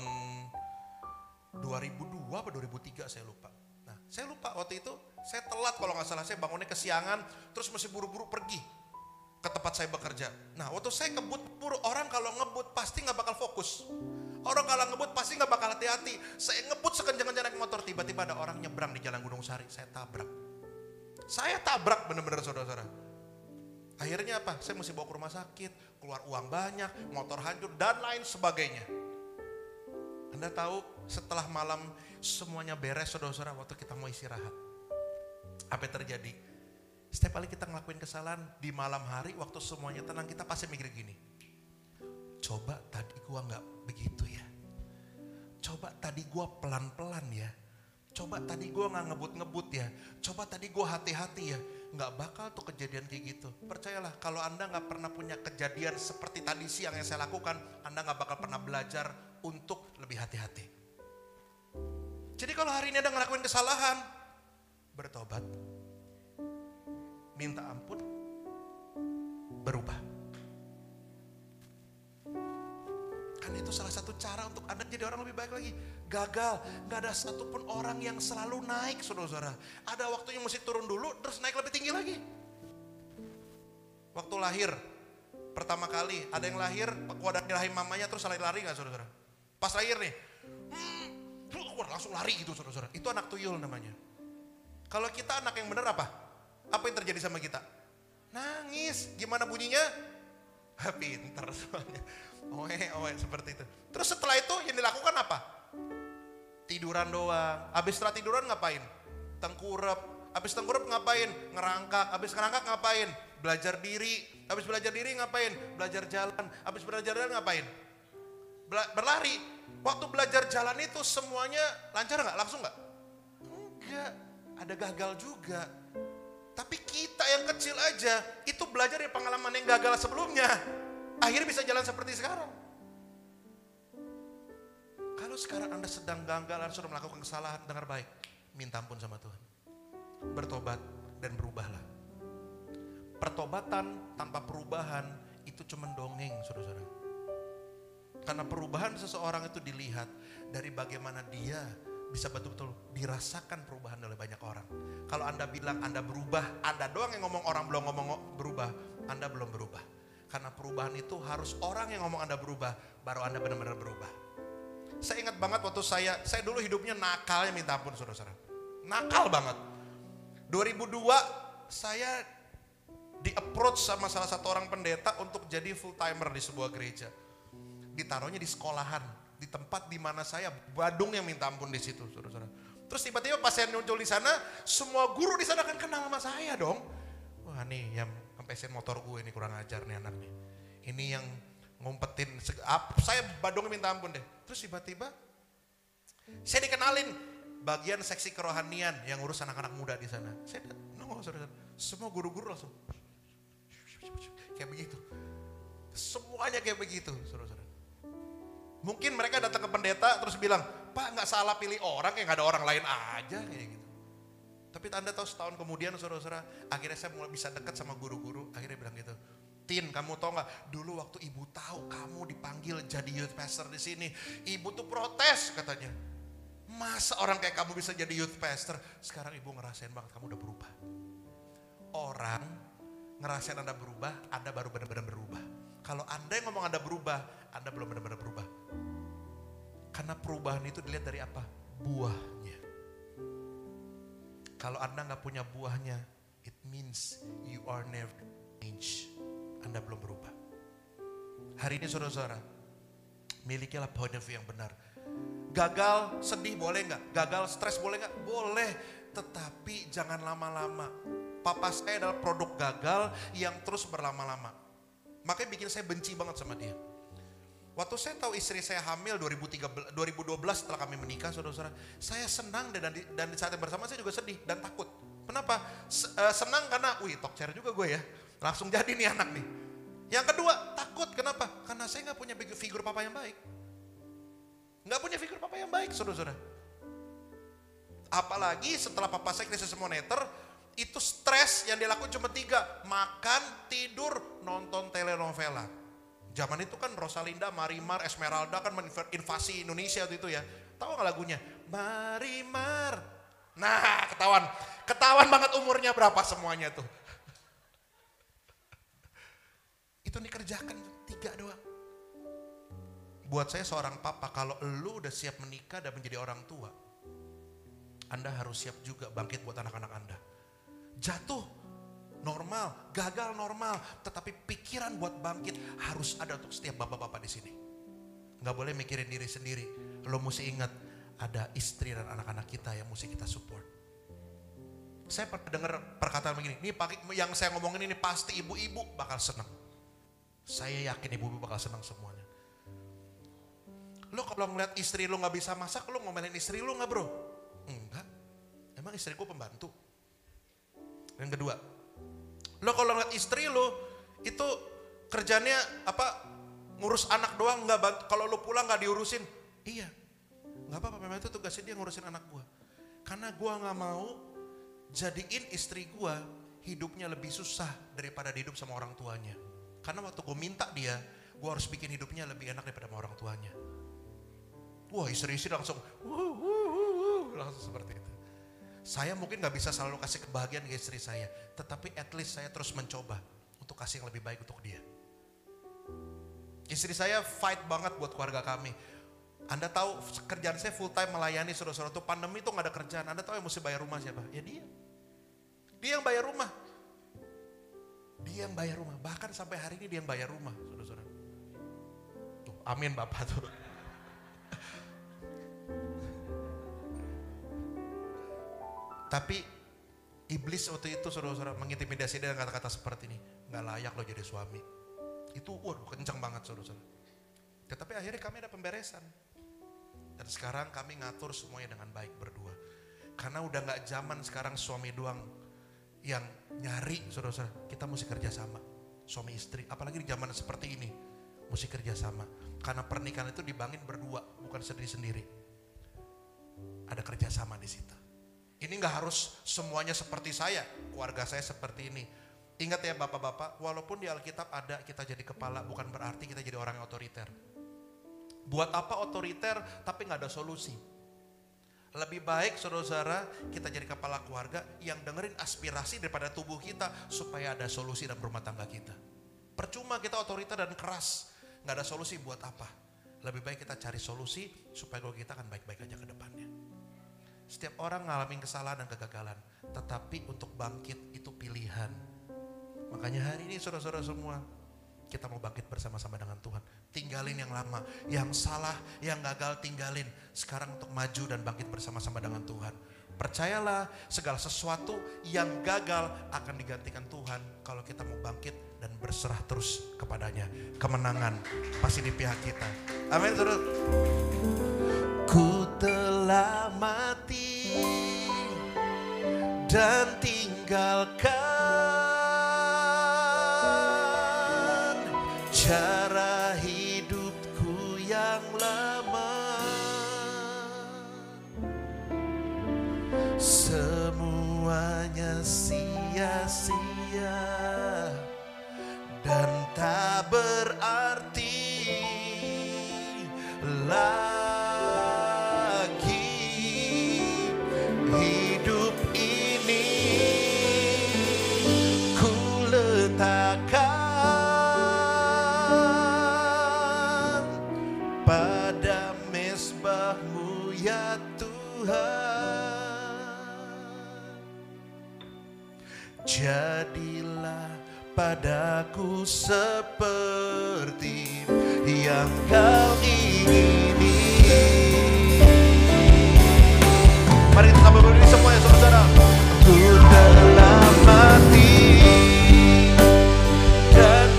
2002 atau 2003 saya lupa. Nah saya lupa waktu itu, saya telat kalau nggak salah, saya bangunnya kesiangan, terus mesti buru-buru pergi ke tempat saya bekerja. Nah waktu saya ngebut, orang kalau ngebut pasti nggak bakal fokus. Orang kalau ngebut pasti nggak bakal hati-hati. Saya ngebut sekencang-kencang naik motor, tiba-tiba ada orang nyebrang di jalan Gunung Sari, saya tabrak. Saya tabrak bener-bener saudara-saudara. Akhirnya apa? Saya mesti bawa ke rumah sakit, keluar uang banyak, motor hancur dan lain sebagainya. Anda tahu setelah malam semuanya beres saudara-saudara, waktu kita mau istirahat, apa yang terjadi? Setiap kali kita ngelakuin kesalahan di malam hari, waktu semuanya tenang, kita pasti mikir gini, coba tadi gua gak begitu ya, coba tadi gua pelan-pelan ya, coba tadi gua gak ngebut-ngebut ya, coba tadi gua hati-hati ya. Gak bakal tuh kejadian kayak gitu. Percayalah, kalau Anda gak pernah punya kejadian seperti tadi siang yang saya lakukan, Anda gak bakal pernah belajar untuk lebih hati-hati. Jadi kalau hari ini Anda ngelakuin kesalahan, bertobat, minta ampun, berubah. Kan itu salah satu cara untuk Anda jadi orang lebih baik lagi. Gagal, gak ada satupun orang yang selalu naik saudara-saudara. Ada waktunya mesti turun dulu, terus naik lebih tinggi lagi. Waktu lahir, pertama kali ada yang lahir, keluar dari rahim mamanya terus lari-lari gak saudara-saudara? Pas lahir nih, langsung lari gitu saudara-saudara. Itu anak tuyul namanya. Kalau kita anak yang benar apa? Apa yang terjadi sama kita? Nangis, gimana bunyinya? Pinter soalnya. Oe, seperti itu. Terus setelah itu yang dilakukan apa? Tiduran doang. Habis setelah tiduran ngapain? Tengkurap. Habis tengkurap ngapain? Ngerangkak. Habis ngerangkak ngapain? Belajar diri. Habis belajar diri ngapain? Belajar jalan. Habis belajar jalan ngapain? Berlari. Waktu belajar jalan itu semuanya lancar nggak? Langsung nggak? Enggak. Ada gagal juga. Tapi kita yang kecil aja itu belajar dari pengalaman yang gagal sebelumnya. Akhirnya bisa jalan seperti sekarang. Kalau sekarang Anda sedang gagal, Anda sudah melakukan kesalahan, dengar baik, minta ampun sama Tuhan. Bertobat dan berubahlah. Pertobatan tanpa perubahan itu cuma dongeng, saudara-saudara. Karena perubahan seseorang itu dilihat dari bagaimana dia bisa betul-betul dirasakan perubahan oleh banyak orang. Kalau Anda bilang Anda berubah, Anda doang yang ngomong, orang belum ngomong berubah, Anda belum berubah. Karena perubahan itu harus orang yang ngomong Anda berubah, baru Anda benar-benar berubah. Saya ingat banget waktu saya dulu hidupnya nakalnya minta ampun saudara-saudara. Nakal banget. 2002 saya di-approach sama salah satu orang pendeta untuk jadi full timer di sebuah gereja. Ditaruhnya di sekolahan, di tempat di mana saya badung yang minta ampun di situ, saudara-saudara. Terus tiba-tiba pas saya muncul di sana, semua guru di sana kan kenal sama saya dong. Wah nih yang pesin motor gue ini kurang ajar nih anak nih. Ini yang ngumpetin, saya badungnya minta ampun deh. Terus tiba-tiba saya dikenalin bagian seksi kerohanian yang ngurus anak-anak muda di sana. Saya nongol, saudara-saudara. Semua guru-guru langsung kayak begitu. Semuanya kayak begitu, saudara-saudara. Mungkin mereka datang ke pendeta terus bilang, Pak nggak salah pilih orang, kayak nggak ada orang lain aja kayak gitu. Tapi Anda tahu setahun kemudian saudara-saudara, akhirnya saya mulai bisa dekat sama guru-guru, akhirnya bilang gitu, Tin, kamu tahu nggak? Dulu waktu ibu tahu kamu dipanggil jadi youth pastor di sini, ibu tuh protes katanya. Masa orang kayak kamu bisa jadi youth pastor? Sekarang ibu ngerasain banget kamu udah berubah. Orang ngerasain Anda berubah, Anda baru benar-benar berubah. Kalau Anda yang ngomong Anda berubah, Anda belum benar-benar berubah. Karena perubahan itu dilihat dari apa? Buahnya. Kalau Anda nggak punya buahnya, it means you are never change. Anda belum berubah. Hari ini saudara-saudara, milikilah point of view yang benar. Gagal, sedih boleh nggak? Gagal, stres boleh nggak? Boleh. Tetapi jangan lama-lama. Papa saya adalah produk gagal yang terus berlama-lama. Makanya bikin saya benci banget sama dia. Waktu saya tahu istri saya hamil 2012 setelah kami menikah, saudara-saudara, saya senang dan di saat yang bersama saya juga sedih dan takut. Kenapa? Senang karena, talk chair juga gue ya, langsung jadi nih anak nih. Yang kedua, takut. Kenapa? Karena saya nggak punya figur papa yang baik. Nggak punya figur papa yang baik, saudara-saudara. Apalagi setelah papa saya krisis moneter, itu stres yang dilakukan cuma 3, makan, tidur, nonton telenovela. Zaman itu kan Rosalinda, Marimar, Esmeralda kan invasi Indonesia waktu itu ya. Tahu nggak lagunya? Marimar. Nah, ketahuan banget umurnya berapa semuanya tuh. Itu dikerjakan 3 doang. Buat saya seorang papa, kalau lu udah siap menikah dan menjadi orang tua, Anda harus siap juga bangkit buat anak-anak Anda. Jatuh normal, gagal normal, tetapi pikiran buat bangkit harus ada untuk setiap bapak-bapak di sini. Nggak boleh mikirin diri sendiri. Lo mesti ingat ada istri dan anak-anak kita yang mesti kita support. Saya pernah dengar perkataan begini, ini yang saya ngomongin ini pasti ibu-ibu bakal senang. Saya yakin ibu-ibu bakal senang semuanya. Lo kalau ngeliat istri lo nggak bisa masak, lo ngomelin istri lo nggak bro? Enggak. Emang istriku pembantu. Yang kedua, lo kalau ngeliat istri lo itu kerjanya apa? Ngurus anak doang, nggak bantu. Kalau lo pulang nggak diurusin, iya, nggak apa-apa. Memang itu tugasnya dia ngurusin anak gua. Karena gua nggak mau jadiin istri gua hidupnya lebih susah daripada hidup sama orang tuanya. Karena waktu gua minta dia, gua harus bikin hidupnya lebih enak daripada sama orang tuanya. Wah, istri-istri langsung, langsung seperti itu. Saya mungkin gak bisa selalu kasih kebahagiaan ke istri saya, tetapi at least saya terus mencoba untuk kasih yang lebih baik untuk dia. Istri saya fight banget buat keluarga kami. Anda tahu kerjaan saya full time melayani saudara-saudara itu, pandemi itu gak ada kerjaan. Anda tahu yang mesti bayar rumah siapa? Ya dia. Dia yang bayar rumah. Dia yang bayar rumah. Bahkan sampai hari ini dia yang bayar rumah, saudara-saudara. Tuh, amin Bapak tuh. Tapi iblis waktu itu saudara-saudara mengintimidasi dia dengan kata-kata seperti ini. Gak layak lo jadi suami. Itu waduh kencang banget saudara-saudara. Tetapi akhirnya kami ada pemberesan. Dan sekarang kami ngatur semuanya dengan baik berdua. Karena udah gak zaman sekarang suami doang yang nyari saudara-saudara. Kita mesti kerjasama. Suami istri. Apalagi di zaman seperti ini. Mesti kerjasama. Karena pernikahan itu dibangun berdua. Bukan sendiri-sendiri. Ada kerjasama di situ. Ini gak harus semuanya seperti saya, keluarga saya seperti ini. Ingat ya bapak-bapak, walaupun di Alkitab ada kita jadi kepala, bukan berarti kita jadi orang yang otoriter. Buat apa otoriter tapi gak ada solusi? Lebih baik saudara-saudara kita jadi kepala keluarga yang dengerin aspirasi daripada tubuh kita supaya ada solusi dalam rumah tangga kita. Percuma kita otoriter dan keras, gak ada solusi buat apa? Lebih baik kita cari solusi supaya kita akan baik-baik aja ke depannya. Setiap orang ngalamin kesalahan dan kegagalan, tetapi untuk bangkit itu pilihan. Makanya hari ini saudara-saudara semua, kita mau bangkit bersama-sama dengan Tuhan. Tinggalin yang lama, yang salah, yang gagal tinggalin. Sekarang untuk maju dan bangkit bersama-sama dengan Tuhan. Percayalah segala sesuatu yang gagal akan digantikan Tuhan kalau kita mau bangkit dan berserah terus kepadanya. Kemenangan pasti di pihak kita. Amin saudara. Ku telah mati dan tinggalkan cara hidupku yang lama. lagi hidup ini ku letakkan pada mezbah-Mu ya Tuhan. Jadilah padaku seperti yang Kau ingini. Mari kita sambut berdiri semuanya saudara. Ku telah mati dan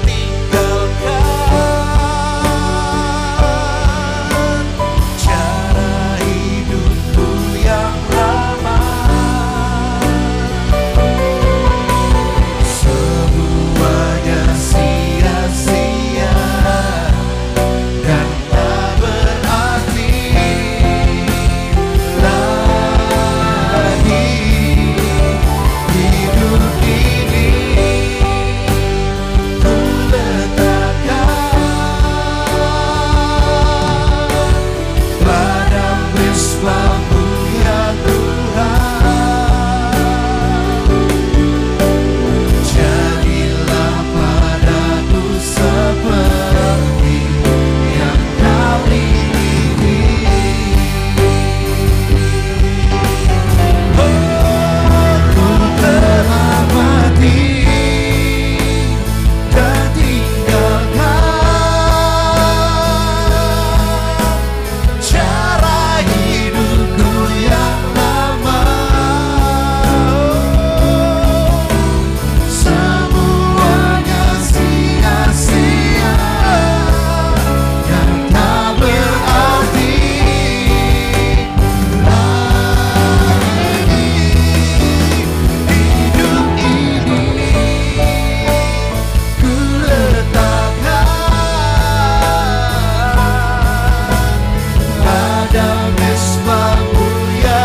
tinggalkan cara hidupku yang lama. Semuanya sia-sia dan tak berarti lagi hidup ini. Ku letakkan pada mezbah-Mu ya Tuhan. Jadilah padaku seperti yang Kau ingini. Oh, ku telah mati dan tinggalkan cara hidupku yang lama. Semuanya sia-sia dan tak berarti lagi hidup ini. Ku letakkan pada mezbah-Mu ya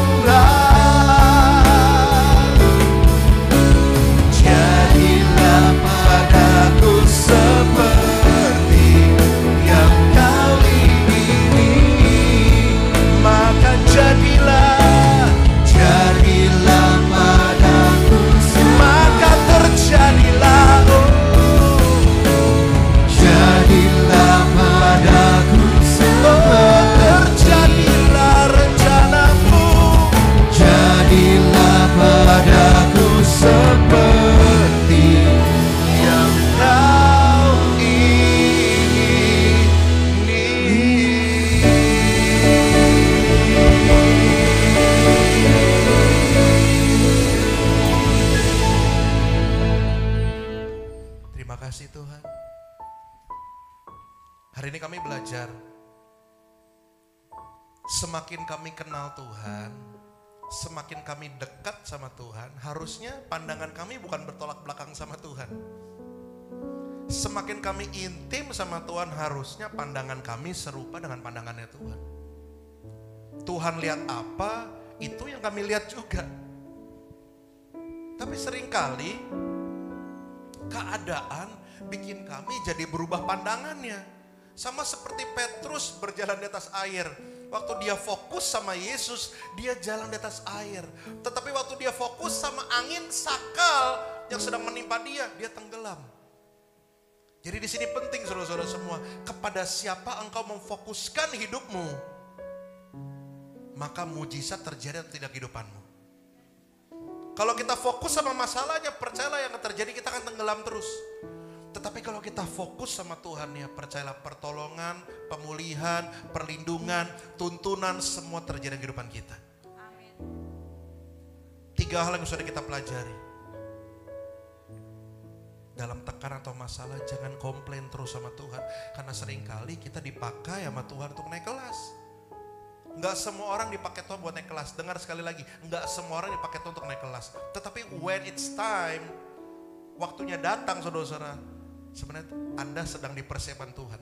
Tuhan. Jadilah padaku seperti yang Kau ingini. Maka jadilah padaku, maka terjadilah, jadilah padaku terjadilah rencana-Mu. Jadilah padaku seperti yang Kau ingini. Terima kasih Tuhan. Hari ini kami belajar, semakin kami kenal Tuhan, semakin kami dekat sama Tuhan, harusnya pandangan kami bukan bertolak belakang sama Tuhan. Semakin kami intim sama Tuhan, harusnya pandangan kami serupa dengan pandangannya Tuhan. Tuhan lihat apa, itu yang kami lihat juga. Tapi seringkali keadaan bikin kami jadi berubah pandangannya. Sama seperti Petrus berjalan di atas air. Waktu dia fokus sama Yesus, dia jalan di atas air. Tetapi waktu dia fokus sama angin sakal yang sedang menimpa dia, dia tenggelam. Jadi di sini penting saudara-saudara semua, kepada siapa engkau memfokuskan hidupmu, maka mujizat terjadi atau tidak kehidupanmu. Kalau kita fokus sama masalahnya, percayalah yang terjadi kita akan tenggelam terus. Tetapi kalau kita fokus sama Tuhan ya, percayalah pertolongan, pemulihan, perlindungan, tuntunan semua terjadi dalam kehidupan kita. Amin. 3 hal yang sudah kita pelajari. Dalam tekanan atau masalah jangan komplain terus sama Tuhan. Karena seringkali kita dipakai sama Tuhan untuk naik kelas. Enggak semua orang dipakai Tuhan buat naik kelas. Dengar sekali lagi, enggak semua orang dipakai Tuhan untuk naik kelas. Tetapi when it's time, waktunya datang saudara-saudara, sebenarnya Anda sedang dipersiapkan Tuhan.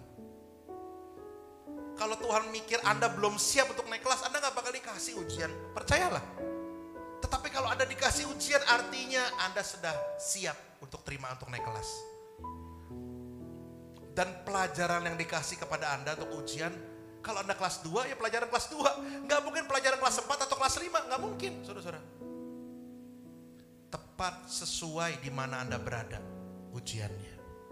Kalau Tuhan mikir Anda belum siap untuk naik kelas, Anda gak bakal dikasih ujian, percayalah. Tetapi kalau Anda dikasih ujian, artinya Anda sudah siap untuk terima untuk naik kelas. Dan pelajaran yang dikasih kepada Anda untuk ujian, Kalau Anda kelas 2, ya pelajaran kelas 2. Nggak mungkin pelajaran kelas 4 atau kelas 5, nggak mungkin, saudara-saudara. Tepat sesuai di mana Anda berada ujiannya.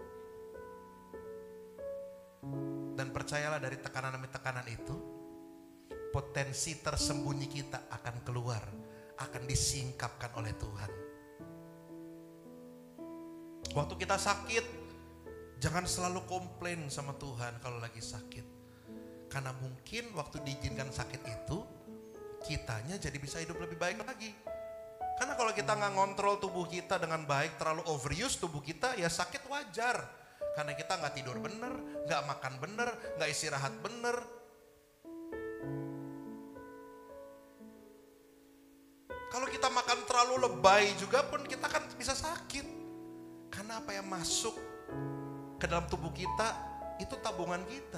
Dan percayalah dari tekanan demi tekanan itu, potensi tersembunyi kita akan keluar, akan disingkapkan oleh Tuhan. Waktu kita sakit, jangan selalu komplain sama Tuhan kalau lagi sakit. Karena mungkin waktu diizinkan sakit itu, kitanya jadi bisa hidup lebih baik lagi. Karena kalau kita nggak ngontrol tubuh kita dengan baik, terlalu overuse tubuh kita, ya sakit wajar. Karena kita nggak tidur bener, nggak makan bener, nggak istirahat bener. Kalau kita makan terlalu lebay juga pun kita kan bisa sakit. Karena apa yang masuk ke dalam tubuh kita, itu tabungan kita.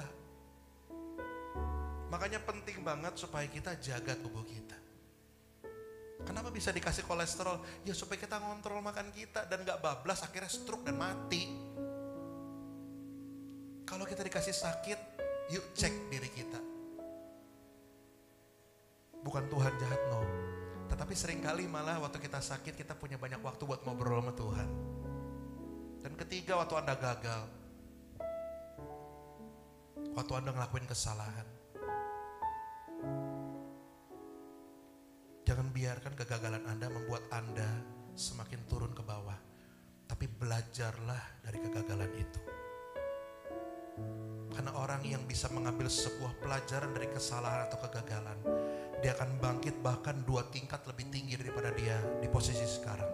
Makanya penting banget supaya kita jaga tubuh kita. Kenapa bisa dikasih kolesterol? Ya supaya kita ngontrol makan kita dan gak bablas akhirnya stroke dan mati. Kalau kita dikasih sakit, yuk cek diri kita. Bukan Tuhan jahat, no. Tetapi seringkali malah waktu kita sakit kita punya banyak waktu buat ngobrol sama Tuhan. Dan ketiga, waktu Anda gagal, waktu Anda ngelakuin kesalahan, jangan biarkan kegagalan Anda membuat Anda semakin turun ke bawah. Tapi belajarlah dari kegagalan itu. Karena orang yang bisa mengambil sebuah pelajaran dari kesalahan atau kegagalan, dia akan bangkit bahkan 2 tingkat lebih tinggi daripada dia di posisi sekarang.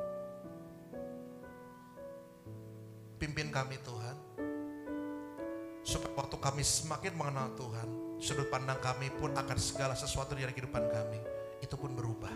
Pimpin kami Tuhan, supaya waktu kami semakin mengenal Tuhan, sudut pandang kami pun akan segala sesuatu di kehidupan kami itu pun berubah.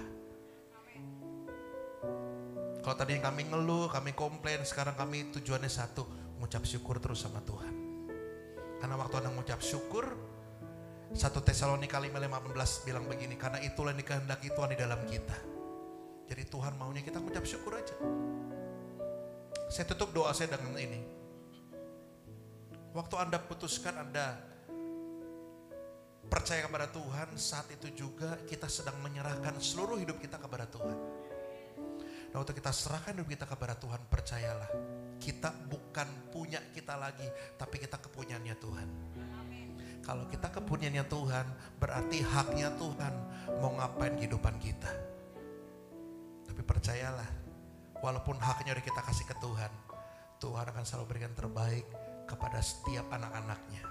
Kalau tadi kami ngeluh, kami komplain, sekarang kami tujuannya satu, mengucap syukur terus sama Tuhan. Karena waktu Anda mengucap syukur, 1 Tesalonika 5:15 bilang begini, karena itulah yang dikehendaki Tuhan di dalam kita. Jadi Tuhan maunya kita mengucap syukur aja. Saya tutup doa saya dengan ini. Waktu Anda putuskan Anda percaya kepada Tuhan, saat itu juga kita sedang menyerahkan seluruh hidup kita kepada Tuhan. Nah, waktu kita serahkan hidup kita kepada Tuhan, percayalah, kita bukan punya kita lagi, tapi kita kepunyaannya Tuhan. Kalau kita kepunyaannya Tuhan, berarti haknya Tuhan mau ngapain kehidupan kita. Tapi percayalah, walaupun haknya udah kita kasih ke Tuhan, Tuhan akan selalu berikan terbaik kepada setiap anak-anaknya.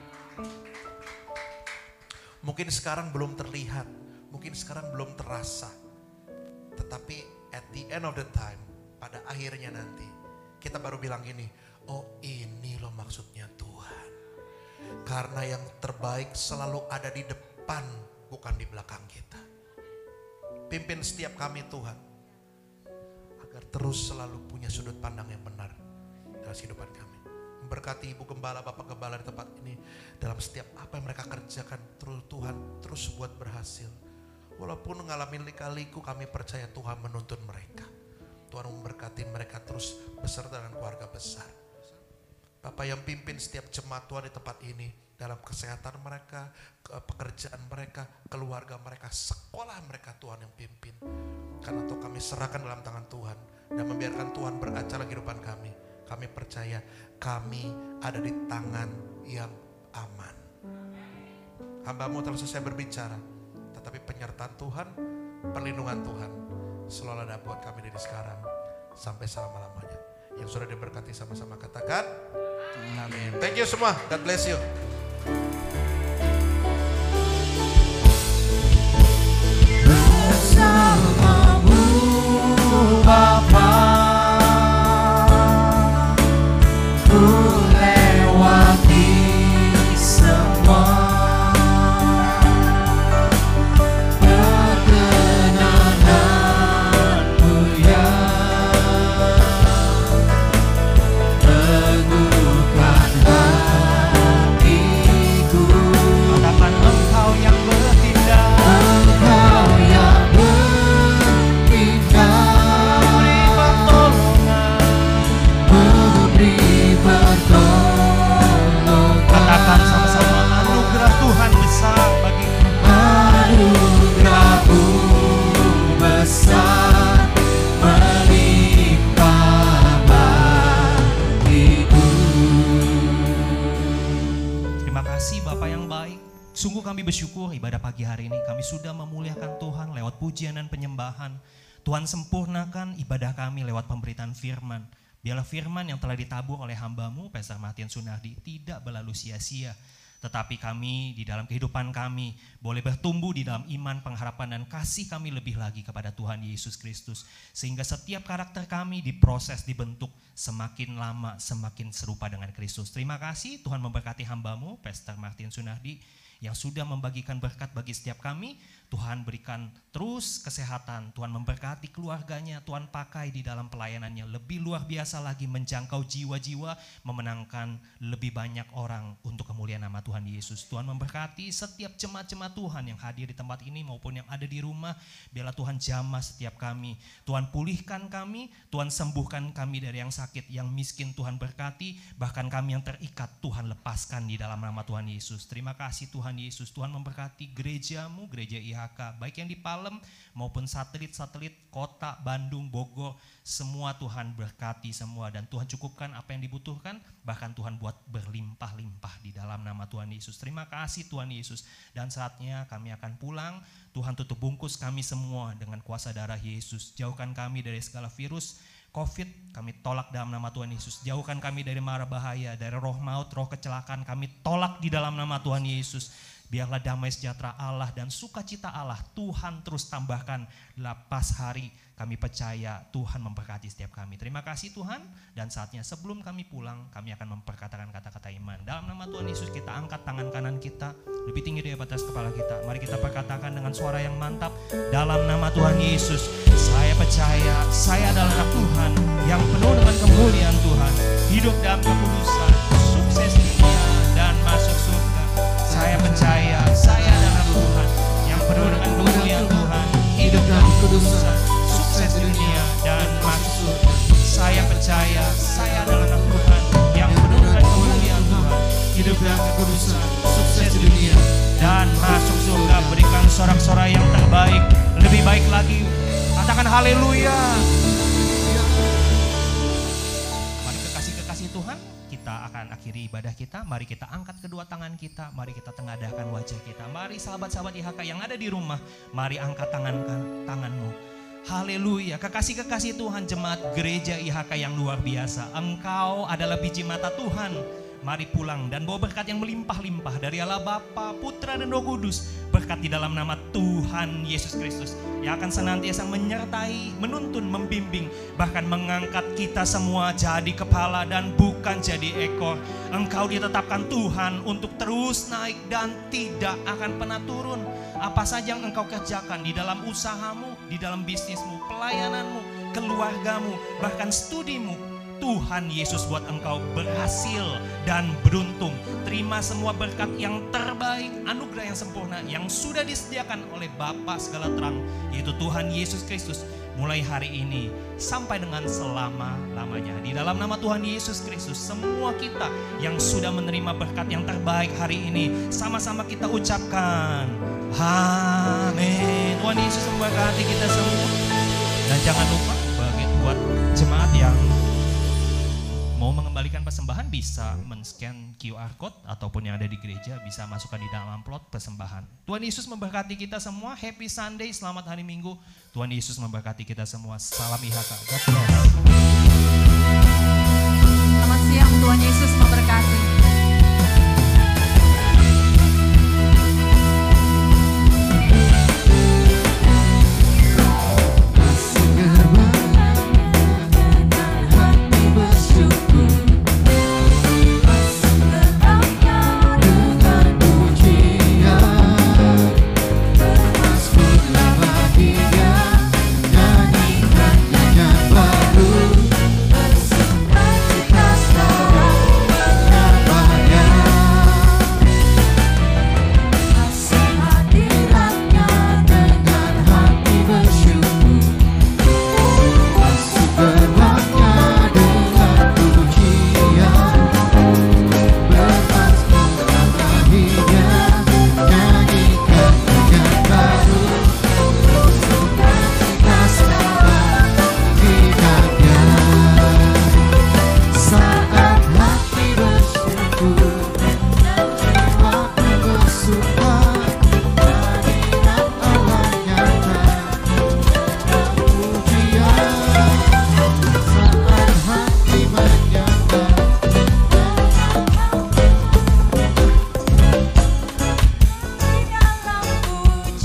Mungkin sekarang belum terlihat, mungkin sekarang belum terasa, tetapi at the end of the time, pada akhirnya nanti, kita baru bilang gini, oh ini loh maksudnya Tuhan. Karena yang terbaik selalu ada di depan, bukan di belakang kita. Pimpin setiap kami Tuhan, agar terus selalu punya sudut pandang yang benar dalam kehidupan kami. Memberkati Ibu Gembala, Bapak Gembala di tempat ini, dalam setiap apa yang mereka kerjakan, terus Tuhan terus buat berhasil. Walaupun ngalamin lika-liku, kami percaya Tuhan menuntun mereka. Tuhan memberkati mereka terus beserta dengan keluarga besar. Bapak yang pimpin setiap jemaat Tuhan di tempat ini, dalam kesehatan mereka, pekerjaan mereka, keluarga mereka, sekolah mereka, Tuhan yang pimpin. Karena Tuhan kami serahkan dalam tangan Tuhan dan membiarkan Tuhan beracara kehidupan kami. Kami percaya kami ada di tangan yang aman. Hamba-Mu telah selesai berbicara, tetapi penyertaan Tuhan, perlindungan Tuhan selalu ada buat kami dari sekarang sampai selama-lamanya. Yang sudah diberkati sama-sama katakan amin. Thank you semua, God bless you. Bersamamu Bapa, ku lewati semua perkenananmu yang teguhkan hatiku. kami bersyukur ibadah pagi hari ini kami sudah memuliakan Tuhan lewat pujian dan penyembahan. Tuhan sempurnakan ibadah kami lewat pemberitaan firman. Biarlah firman yang telah ditabur oleh hamba-Mu, Pastor Martin Sunardi, tidak berlalu sia-sia. Tetapi kami di dalam kehidupan kami boleh bertumbuh di dalam iman, pengharapan dan kasih kami lebih lagi kepada Tuhan Yesus Kristus. Sehingga setiap karakter kami diproses, dibentuk semakin lama semakin serupa dengan Kristus. Terima kasih Tuhan memberkati hamba-Mu, Pastor Martin Sunardi, yang sudah membagikan berkat bagi setiap kami. Tuhan berikan terus kesehatan, Tuhan memberkati keluarganya, Tuhan pakai di dalam pelayanannya lebih luar biasa lagi, menjangkau jiwa-jiwa, memenangkan lebih banyak orang untuk kemuliaan nama Tuhan Yesus. Tuhan memberkati setiap jemaat-jemaat Tuhan yang hadir di tempat ini maupun yang ada di rumah. Biarlah Tuhan jamah setiap kami, Tuhan pulihkan kami, Tuhan sembuhkan kami dari yang sakit, yang miskin Tuhan berkati, bahkan kami yang terikat Tuhan lepaskan di dalam nama Tuhan Yesus. Terima kasih Tuhan Yesus. Tuhan memberkati gereja-Mu, gereja IHK, baik yang di Palem maupun satelit-satelit kota Bandung, Bogor, semua Tuhan berkati semua, dan Tuhan cukupkan apa yang dibutuhkan, bahkan Tuhan buat berlimpah-limpah di dalam nama Tuhan Yesus. Terima kasih Tuhan Yesus, dan saatnya kami akan pulang. Tuhan tutup bungkus kami semua dengan kuasa darah Yesus. Jauhkan kami dari segala virus COVID, kami tolak dalam nama Tuhan Yesus. Jauhkan kami dari mara bahaya, dari roh maut, roh kecelakaan, kami tolak di dalam nama Tuhan Yesus. Biarlah damai sejahtera Allah dan sukacita Allah Tuhan terus tambahkan lepas hari. Kami percaya Tuhan memberkati setiap kami. Terima kasih Tuhan, dan saatnya sebelum kami pulang kami akan memperkatakan kata-kata iman. Dalam nama Tuhan Yesus kita angkat tangan kanan kita lebih tinggi dari atas kepala kita. Mari kita perkatakan dengan suara yang mantap. Dalam nama Tuhan Yesus, saya percaya saya adalah anak Tuhan yang penuh dengan kemuliaan Tuhan, hidup dalam kekudusan, sukses di dunia dan masuk surga. Saya percaya saya adalah Tuhan yang penuh dengan kemuliaan Tuhan, hidup dalam kekudusan, sukses di dunia dan masuk surga. Saya percaya saya adalah anak Tuhan yang penuh dengan kemuliaan Tuhan, hidup dalam kekudusan, sukses di dunia dan masuk surga. Berikan sorak-sorai yang terbaik, lebih baik lagi. Katakan haleluya. Mari kekasih-kekasih Tuhan, kita akan akhiri ibadah kita. Mari kita angkat kedua tangan kita, mari kita tengadahkan wajah kita. Mari sahabat-sahabat IHK yang ada di rumah, mari angkat tanganmu. Haleluya, kekasih-kekasih Tuhan, jemaat gereja IHK yang luar biasa. Engkau adalah biji mata Tuhan. Mari pulang dan bawa berkat yang melimpah-limpah dari Allah Bapa, Putra dan Roh Kudus. Berkat di dalam nama Tuhan Yesus Kristus yang akan senantiasa menyertai, menuntun, membimbing, bahkan mengangkat kita semua jadi kepala dan bukan jadi ekor. Engkau ditetapkan Tuhan untuk terus naik dan tidak akan pernah turun. Apa saja yang engkau kerjakan di dalam usahamu, di dalam bisnismu, pelayananmu, keluargamu, bahkan studimu, Tuhan Yesus buat engkau berhasil dan beruntung. Terima semua berkat yang terbaik, anugerah yang sempurna yang sudah disediakan oleh Bapa segala terang, yaitu Tuhan Yesus Kristus, mulai hari ini sampai dengan selama-lamanya. Di dalam nama Tuhan Yesus Kristus, semua kita yang sudah menerima berkat yang terbaik hari ini, sama-sama kita ucapkan amin. Tuhan Yesus memberkati kita semua. Dan jangan lupa buat jemaat yang mau mengembalikan persembahan bisa men-scan QR code ataupun yang ada di gereja bisa masukkan di dalam amplop persembahan. Tuhan Yesus memberkati kita semua. Happy Sunday, selamat hari Minggu. Tuhan Yesus memberkati kita semua. Salam IHK. God bless. Selamat siang, Tuhan Yesus memberkati.